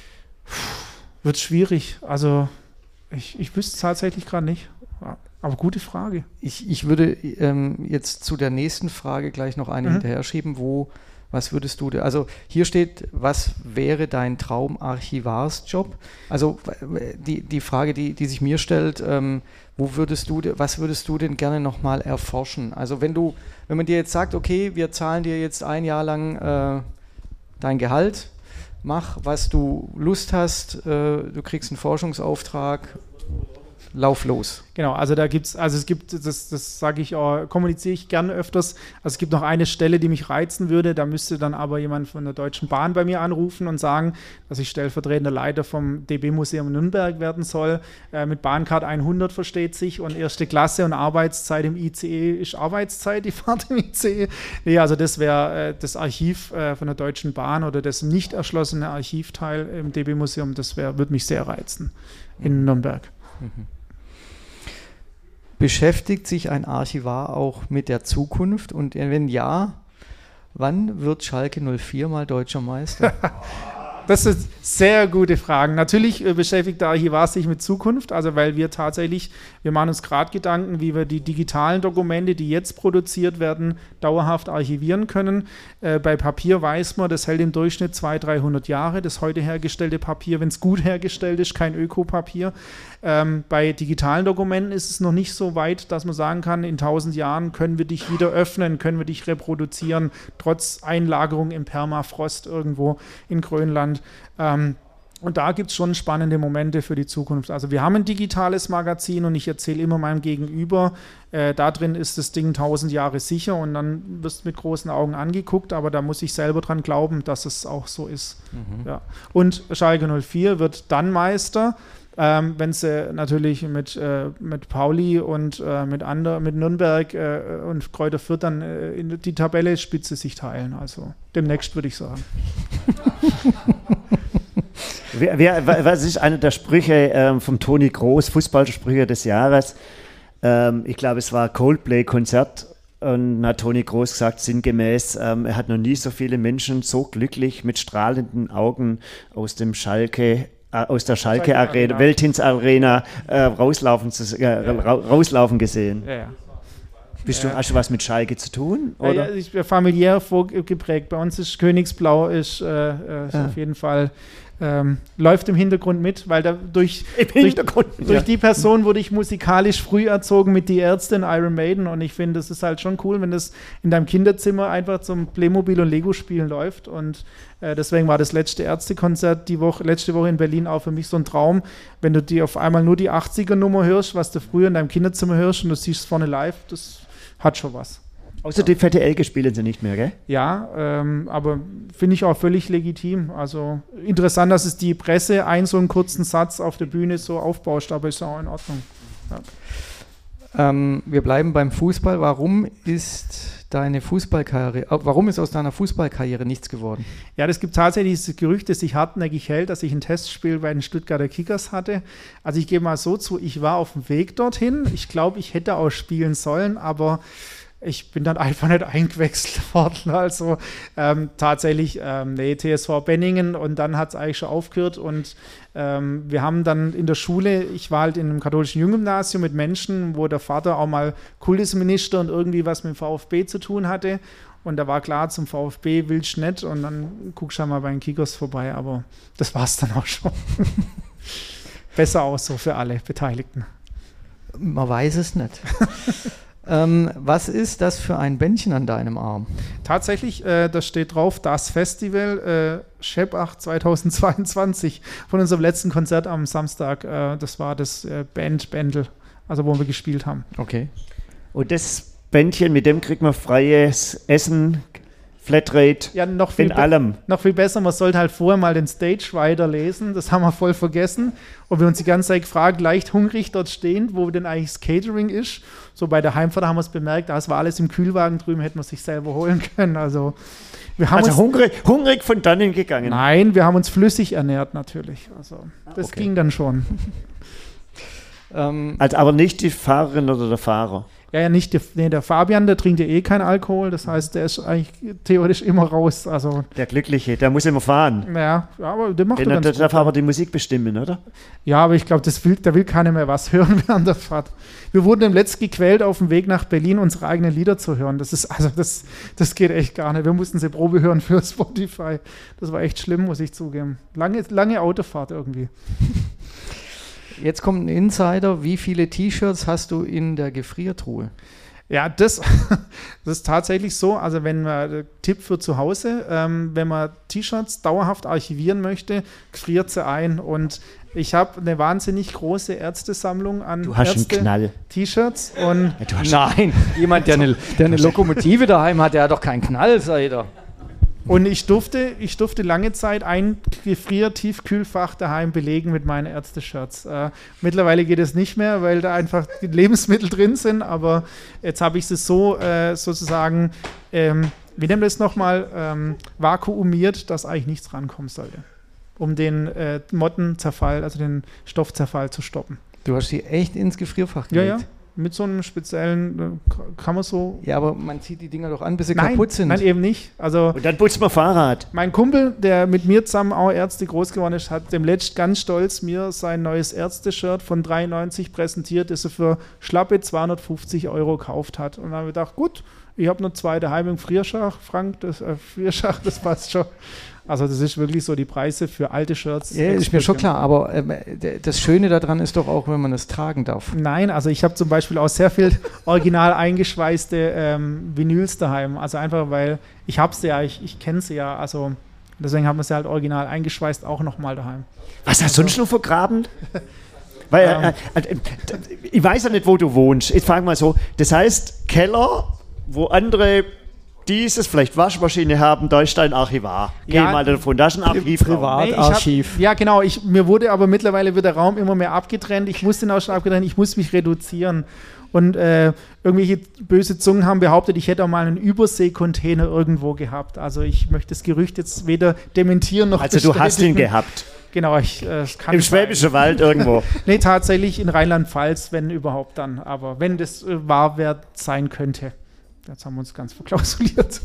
wird schwierig. Also ich, ich wüsste es tatsächlich gerade nicht. Aber gute Frage. Ich, ich würde ähm, jetzt zu der nächsten Frage gleich noch eine Mhm. hinterher schieben, wo, was würdest du, also hier steht, was wäre dein Traumarchivarsjob? Also w- die, die Frage, die, die sich mir stellt, ähm, wo würdest du, de- was würdest du denn gerne nochmal erforschen? Also wenn du, wenn man dir jetzt sagt, okay, wir zahlen dir jetzt ein Jahr lang äh, dein Gehalt, mach, was du Lust hast, äh, du kriegst einen Forschungsauftrag, lauf los. Genau, also da gibt es, also es gibt, das, das sage ich auch, kommuniziere ich gerne öfters. Also es gibt noch eine Stelle, die mich reizen würde, da müsste dann aber jemand von der Deutschen Bahn bei mir anrufen und sagen, dass ich stellvertretender Leiter vom D B-Museum Nürnberg werden soll. Äh, mit Bahncard hundert versteht sich und erste Klasse und Arbeitszeit im I C E ist Arbeitszeit, die Fahrt im I C E. Nee, also das wäre äh, das Archiv äh, von der Deutschen Bahn oder das nicht erschlossene Archivteil im D B-Museum, das wär, würde mich sehr reizen in Nürnberg. Mhm. Beschäftigt sich ein Archivar auch mit der Zukunft? Und wenn ja, wann wird Schalke null vier mal deutscher Meister? Das sind sehr gute Fragen. Natürlich äh, beschäftigt der Archivar sich mit Zukunft, also weil wir tatsächlich, wir machen uns gerade Gedanken, wie wir die digitalen Dokumente, die jetzt produziert werden, dauerhaft archivieren können. Äh, bei Papier weiß man, das hält im Durchschnitt zweihundert, dreihundert Jahre, das heute hergestellte Papier, wenn es gut hergestellt ist, kein Ökopapier. Ähm, bei digitalen Dokumenten ist es noch nicht so weit, dass man sagen kann, in tausend Jahren können wir dich wieder öffnen, können wir dich reproduzieren, trotz Einlagerung im Permafrost irgendwo in Grönland. Ähm, und da gibt es schon spannende Momente für die Zukunft. Also wir haben ein digitales Magazin und ich erzähle immer meinem Gegenüber, äh, da drin ist das Ding tausend Jahre sicher und dann wirst du mit großen Augen angeguckt, aber da muss ich selber dran glauben, dass es auch so ist. Mhm. Ja. Und Schalke null vier wird dann Meister, Ähm, wenn sie natürlich mit, äh, mit Pauli und äh, mit, Ander, mit Nürnberg äh, und Kräuter Fürth dann äh, in die Tabellenspitze sich teilen. Also demnächst würde ich sagen. Wer, wer, was ist einer der Sprüche ähm, vom Toni Kroos, Fußballsprüche des Jahres? Ähm, ich glaube, es war Coldplay-Konzert und hat Toni Kroos gesagt, sinngemäß, ähm, er hat noch nie so viele Menschen so glücklich mit strahlenden Augen aus dem Schalke aus der Schalke, Schalke Arena, genau. Veltins Arena äh, rauslaufen, zu, äh, ra rauslaufen gesehen. Ja, ja. Bist ja. du, hast du was mit Schalke zu tun? Oder? Ja, ja, ich bin familiär vorgeprägt. Bei uns ist Königsblau ist, äh, ist ja. auf jeden Fall ähm, läuft im Hintergrund mit, weil da durch, durch, durch ja. die Person wurde ich musikalisch früh erzogen mit Die Ärzte und Iron Maiden und ich finde, das ist halt schon cool, wenn das in deinem Kinderzimmer einfach zum Playmobil und Lego-Spielen läuft und äh, deswegen war das letzte Ärztekonzert die Woche, letzte Woche in Berlin auch für mich so ein Traum, wenn du dir auf einmal nur die achtziger-Nummer hörst, was du früher in deinem Kinderzimmer hörst und du siehst es vorne live, das hat schon was. Außer die fette Elke spielen sie nicht mehr, gell? Ja, ähm, aber finde ich auch völlig legitim. Also interessant, dass es die Presse einen so einen kurzen Satz auf der Bühne so aufbauscht, aber ist auch in Ordnung. Ja. Ähm, wir bleiben beim Fußball. Warum ist deine Fußballkarriere, äh, warum ist aus deiner Fußballkarriere nichts geworden? Ja, das gibt tatsächlich dieses Gerücht, das sich hartnäckig hält, dass ich ein Testspiel bei den Stuttgarter Kickers hatte. Also ich gebe mal so zu, ich war auf dem Weg dorthin. Ich glaube, ich hätte auch spielen sollen, aber ich bin dann einfach nicht eingewechselt worden. Also ähm, tatsächlich, ähm, nee, T S V Benningen und dann hat es eigentlich schon aufgehört und ähm, wir haben dann in der Schule, ich war halt in einem katholischen Junggymnasium mit Menschen, wo der Vater auch mal Kultusminister und irgendwie was mit dem VfB zu tun hatte und da war klar, zum VfB willst du nicht und dann guckst du mal bei den Kickers vorbei, aber das war es dann auch schon. Besser aus so für alle Beteiligten. Man weiß es nicht. Ähm, was ist das für ein Bändchen an deinem Arm? Tatsächlich, äh, da steht drauf, das Festival äh, Schepach zweitausendzweiundzwanzig von unserem letzten Konzert am Samstag. Äh, das war das äh, Band Bändel, also wo wir gespielt haben. Okay. Und das Bändchen, mit dem kriegt man freies Essen, Flatrate, Ja, noch viel, in be- allem. noch viel besser, man sollte halt vorher mal den Stage Rider lesen, das haben wir voll vergessen. Und wir uns die ganze Zeit gefragt, leicht hungrig dort stehend, wo denn eigentlich das Catering ist. So bei der Heimfahrt haben wir es bemerkt, das war alles im Kühlwagen drüben, hätten wir es sich selber holen können. Also wir haben Also uns, hungrig, hungrig von dannen gegangen. nein, wir haben uns flüssig ernährt natürlich. Also das okay. ging dann schon. Ähm, Also aber nicht die Fahrerin oder der Fahrer. Ja, ja, nicht, der, nee, der Fabian, der trinkt ja eh keinen Alkohol, das heißt, der ist eigentlich theoretisch immer raus. Also, Der Glückliche, der muss immer fahren. ja, ja, aber der macht Der, er der ganz darf gut. aber die Musik bestimmen, oder? Ja, aber ich glaube, das will, da will keiner mehr was hören während der Fahrt. Wir wurden im Letzten gequält, auf dem Weg nach Berlin unsere eigenen Lieder zu hören. Das ist, also das, das geht echt gar nicht. Wir mussten sie Probe hören für Spotify. Das war echt schlimm, muss ich zugeben. Lange, lange Autofahrt irgendwie. Jetzt kommt ein Insider. Wie viele T-Shirts hast du in der Gefriertruhe? Ja, das, das ist tatsächlich so. Also wenn man, der Tipp für zu Hause, ähm, wenn man T-Shirts dauerhaft archivieren möchte, friert sie ein. Und ich habe eine wahnsinnig große Ärztesammlung an Du hast einen Ärzte- Knall. T-Shirts und Ja, du hast Nein, jemand, der eine, der eine Lokomotive daheim hat, der hat doch keinen Knall, seid ihr. Und ich durfte, ich durfte lange Zeit ein Gefrier-Tiefkühlfach daheim belegen mit meinen Ärzte-Shirts. Äh, mittlerweile geht es nicht mehr, weil da einfach die Lebensmittel drin sind, aber jetzt habe ich es so äh, sozusagen, ähm, wie nennt man das nochmal, ähm, vakuumiert, dass eigentlich nichts rankommen sollte, um den äh, Mottenzerfall, also den Stoffzerfall zu stoppen. Du hast sie echt ins Gefrierfach Ja, gelegt. ja, mit so einem speziellen, äh, kann man so... Ja, aber man zieht die Dinger doch an, bis sie Nein, kaputt sind. nein, eben nicht. Also Und dann putzt man Fahrrad. mein Kumpel, der mit mir zusammen auch Ärzte groß geworden ist, hat dem letzt ganz stolz mir sein neues Ärzte-Shirt von drei neunzig präsentiert, das er für schlappe zweihundertfünfzig Euro gekauft hat. Und dann habe ich gedacht, gut, ich habe noch zwei daheim im Frierschach, Frank, das äh, Frierschach, das passt schon. Also das ist wirklich so die Preise für alte Shirts. Ja, ist mir schon klar, aber ähm, d- das Schöne daran ist doch auch, wenn man es tragen darf. Nein, also ich habe zum Beispiel auch sehr viel original eingeschweißte ähm, Vinyls daheim. Also einfach, weil ich habe sie ja, ich, ich kenne sie ja, also deswegen haben wir sie halt original eingeschweißt auch nochmal daheim. Was hast du sonst noch vergraben? Weil, Ähm. äh, äh, äh, ich weiß ja nicht, wo du wohnst. Jetzt frage mal so, das heißt, Keller, wo andere dieses, vielleicht Waschmaschine haben, da ist dein Archivar. Geh Ja, mal davon, da ist ein Archivraum. privat. Nee, ich Archiv. Hab, ja, genau. Ich, mir wurde aber mittlerweile wird der Raum immer mehr abgetrennt. Ich muss den auch schon abgetrennt. Ich muss mich reduzieren. Und äh, irgendwelche böse Zungen haben behauptet, ich hätte auch mal einen Überseekontainer irgendwo gehabt. Also ich möchte das Gerücht jetzt weder dementieren noch Also du hast ihn bestätigen. gehabt. Genau, ich äh, es kann Im sein. Schwäbischen Wald irgendwo. Nee, tatsächlich in Rheinland-Pfalz, wenn überhaupt dann. Aber wenn das äh, wahr wert sein könnte. Jetzt haben wir uns ganz verklausuliert.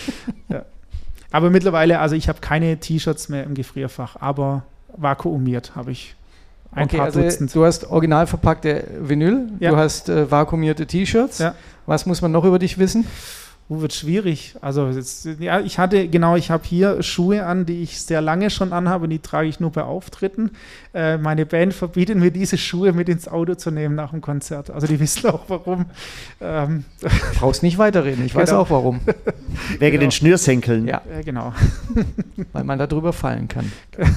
Ja. Aber mittlerweile, also ich habe keine T-Shirts mehr im Gefrierfach, aber vakuumiert habe ich ein Okay, paar also Dutzend. du hast original verpackte Vinyl, Ja. du hast äh, vakuumierte T-Shirts. Ja. Was muss man noch über dich wissen? Wo wird schwierig? Also jetzt, ja, ich hatte, genau, ich habe hier Schuhe an, die ich sehr lange schon anhabe, die trage ich nur bei Auftritten. Äh, meine Band verbietet mir, diese Schuhe mit ins Auto zu nehmen nach dem Konzert. Also die wissen auch warum. Ähm, Du brauchst nicht weiterreden, ich weiß Genau. auch warum. Wegen Genau. den Schnürsenkeln. Ja, äh, genau. weil man da drüber fallen kann.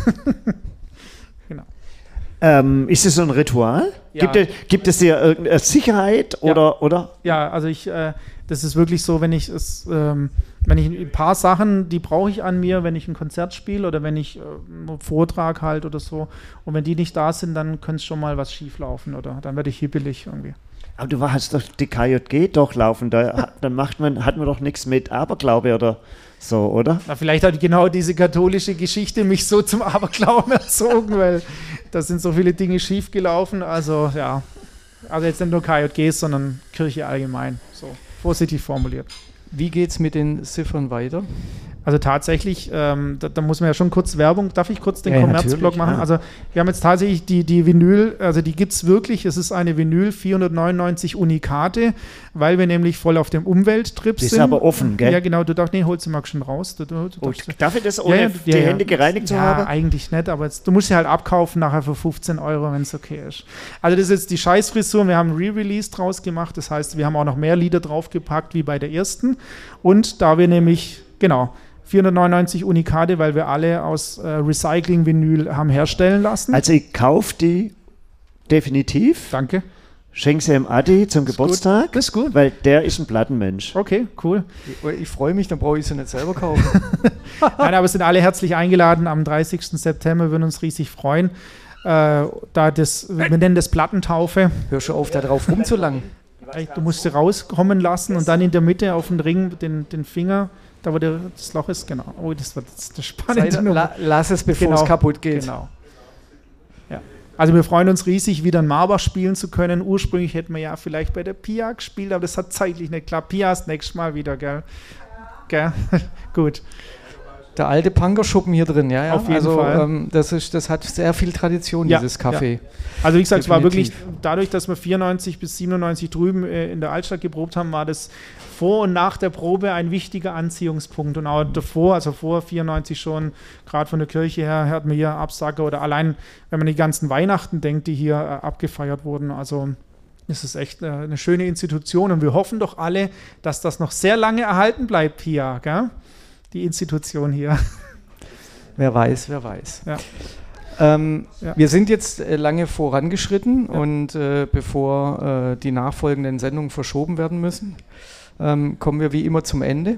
genau. Ähm, ist es so ein Ritual? Ja. Gibt, es, gibt es dir irgendeine Sicherheit Ja. oder, oder? Ja, also ich, äh, das ist wirklich so, wenn ich es, ähm, wenn ich ein paar Sachen, die brauche ich an mir, wenn ich ein Konzert spiele oder wenn ich äh, einen Vortrag halt oder so. Und wenn die nicht da sind, dann könnte schon mal was schief laufen oder dann werde ich hibbelig irgendwie. Aber du hast doch die K J G durchlaufen, da hat- dann macht man, hat man doch nichts mit Aberglaube oder so, oder? Na, vielleicht hat genau diese katholische Geschichte mich so zum Aberglauben erzogen, weil da sind so viele Dinge schief gelaufen. Also ja, also jetzt nicht nur K J Gs, sondern Kirche allgemein. So positiv formuliert. Wie geht's mit den Ziffern weiter? Also tatsächlich, ähm, da, da muss man ja schon kurz Werbung, darf ich kurz den Ja, ja, Kommerzblock natürlich, machen? ja. Also wir haben jetzt tatsächlich die, die Vinyl, also die gibt es wirklich, es ist eine Vinyl vierhundertneunundneunzig Unikate, weil wir nämlich voll auf dem Umwelttrip Die sind. ist aber offen, gell? Ja genau, du darfst, nee, holst du mal schon raus. Du, du, du Oh, darfst, darf ich das ohne Ja, ja, die ja, ja. Hände gereinigt zu ja, haben? eigentlich nicht, aber jetzt, du musst sie halt abkaufen nachher für fünfzehn Euro, wenn es okay ist. Also das ist jetzt die Scheißfrisur, wir haben ein Re-Release draus gemacht, das heißt, wir haben auch noch mehr Lieder draufgepackt wie bei der ersten und da wir nämlich, genau, vierhundertneunundneunzig Unikate, weil wir alle aus äh, Recycling-Vinyl haben herstellen lassen. Also ich kaufe die definitiv. Danke. Schenk sie dem Adi zum Geburtstag, Das ist gut. weil der ist ein Plattenmensch. Okay, cool. Ich, ich freue mich, dann brauche ich sie nicht selber kaufen. Nein, aber es sind alle herzlich eingeladen am dreißigsten September, wir würden uns riesig freuen. Äh, da das, wir nennen das Plattentaufe. Hör schon auf, da drauf rumzulangen. Du musst sie rauskommen lassen und dann in der Mitte auf den Ring den, den Finger, da wo der, das Loch ist, genau. Oh, das wird jetzt eine spannende Sei, Nummer. la, lass es, bevor Genau, es kaputt geht. Genau. Ja. Also wir freuen uns riesig, wieder in Marbach spielen zu können. Ursprünglich hätten wir ja vielleicht bei der Pia gespielt, aber das hat zeitlich nicht geklappt. Pia ist nächstes Mal wieder, gell? Gell? Gut. Der alte Punkerschuppen hier drin, ja, ja. Auf jeden also, Fall. Ähm, das, ist, das hat sehr viel Tradition, Ja, dieses Café. ja. Also wie gesagt, es war wirklich, Definitiv. dadurch, dass wir vierundneunzig bis siebenundneunzig drüben äh, in der Altstadt geprobt haben, war das vor und nach der Probe ein wichtiger Anziehungspunkt. Und auch davor, also vor vierundneunzig schon, gerade von der Kirche her, hört man hier Absage oder allein, wenn man die ganzen Weihnachten denkt, die hier äh, abgefeiert wurden. Also es ist echt äh, eine schöne Institution und wir hoffen doch alle, dass das noch sehr lange erhalten bleibt hier, gell? Die Institution hier. Wer weiß, wer weiß. Ja. Ähm, Ja. Wir sind jetzt äh, lange vorangeschritten und äh, bevor äh, die nachfolgenden Sendungen verschoben werden müssen, ähm, kommen wir wie immer zum Ende.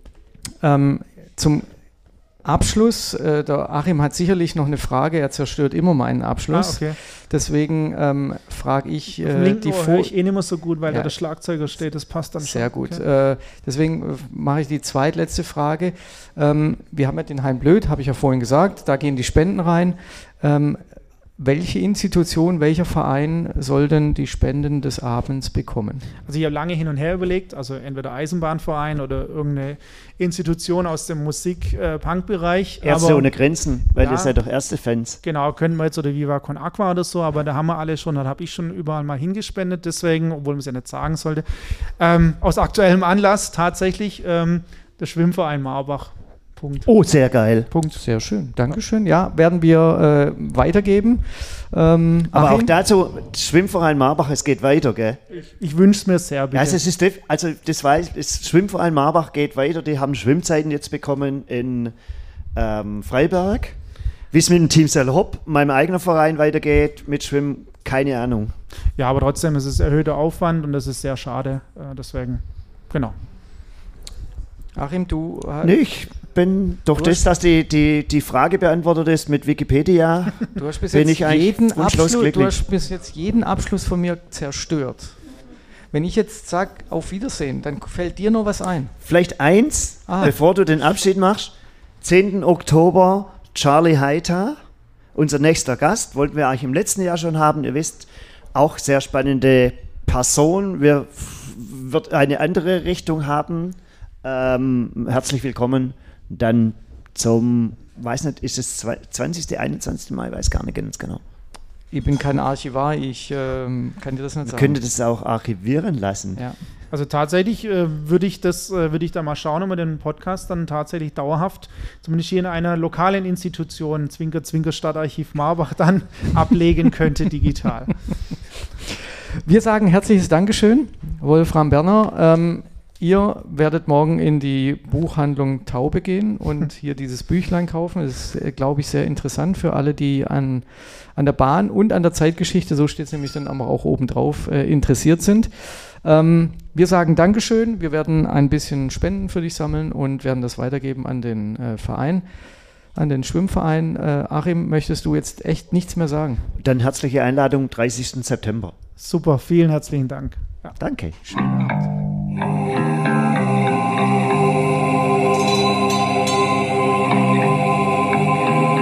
Ähm, zum Abschluss, äh, der Achim hat sicherlich noch eine Frage, er zerstört immer meinen Abschluss. Ah, okay. Deswegen ähm, frage ich Auf dem äh, linken die Ohr Vor höre ich eh nicht mehr so gut, weil Ja. da der Schlagzeuger steht, das passt dann schon. Sehr gut. Okay. Äh, deswegen äh, mache ich die zweitletzte Frage. Ähm, wir haben ja den Heim Blöd, habe ich ja vorhin gesagt, da gehen die Spenden rein. Ähm, welche Institution, welcher Verein soll denn die Spenden des Abends bekommen? Also ich habe lange hin und her überlegt, also entweder Eisenbahnverein oder irgendeine Institution aus dem Musik-Punk-Bereich. Ärzte ohne Grenzen, weil Ja. ihr seid doch Ärzte-Fans. Genau, können wir jetzt oder Viva Con Aqua oder so, aber da haben wir alle schon, da habe ich schon überall mal hingespendet, deswegen, obwohl man es ja nicht sagen sollte. Ähm, aus aktuellem Anlass tatsächlich ähm, der Schwimmverein Marbach. Punkt. Oh, sehr geil. Punkt. Sehr schön. Dankeschön. Ja, werden wir äh, weitergeben. Ähm, Aber Achim? auch dazu, Schwimmverein Marbach, es geht weiter, gell? Ich wünsche es mir sehr, bitte. Also, es ist def- also das weiß, das Schwimmverein Marbach geht weiter, die haben Schwimmzeiten jetzt bekommen in ähm, Freiberg. Wie es mit dem Team Selhop, meinem eigenen Verein, weitergeht mit Schwimmen, keine Ahnung. Ja, aber trotzdem, es ist erhöhter Aufwand und das ist sehr schade. Äh, deswegen, genau. Achim, du äh, Nee, ich bin durch Du das, dass die, die, die Frage beantwortet ist mit Wikipedia, Du hast bis bin jetzt ich eigentlich jeden wunschlos Abschluss, du glücklich. hast bis jetzt jeden Abschluss von mir zerstört. Wenn ich jetzt sage, auf Wiedersehen, dann fällt dir noch was ein. Vielleicht eins, Ah. bevor du den Abschied machst. zehnten Oktober, Charlie Heiter, unser nächster Gast, wollten wir eigentlich im letzten Jahr schon haben. Ihr wisst, auch sehr spannende Person. Wir wird eine andere Richtung haben. Ähm, herzlich willkommen dann zum, weiß nicht, ist es zwanzigsten, einundzwanzigsten Mai, weiß gar nicht ganz genau. Ich bin kein Archivar, ich ähm, kann dir das nicht Man sagen. könnte das auch archivieren lassen. Ja. Also tatsächlich äh, würde ich das, äh, würde ich da mal schauen, ob wir den Podcast dann tatsächlich dauerhaft, zumindest hier in einer lokalen Institution, Zwinker, Zwinker Stadtarchiv Marbach, dann ablegen könnte digital. Wir sagen herzliches Dankeschön, Wolfram Berner. Ähm, ihr werdet morgen in die Buchhandlung Taube gehen und hier dieses Büchlein kaufen. Das ist, äh, glaube ich, sehr interessant für alle, die an, an der Bahn und an der Zeitgeschichte, so steht es nämlich dann aber auch oben drauf, äh, interessiert sind. Ähm, wir sagen Dankeschön. Wir werden ein bisschen Spenden für dich sammeln und werden das weitergeben an den äh, Verein, an den Schwimmverein. Äh, Achim, möchtest du jetzt echt nichts mehr sagen? Dann herzliche Einladung, dreißigsten September. Super, vielen herzlichen Dank. Ja. Danke. Schönen Abend.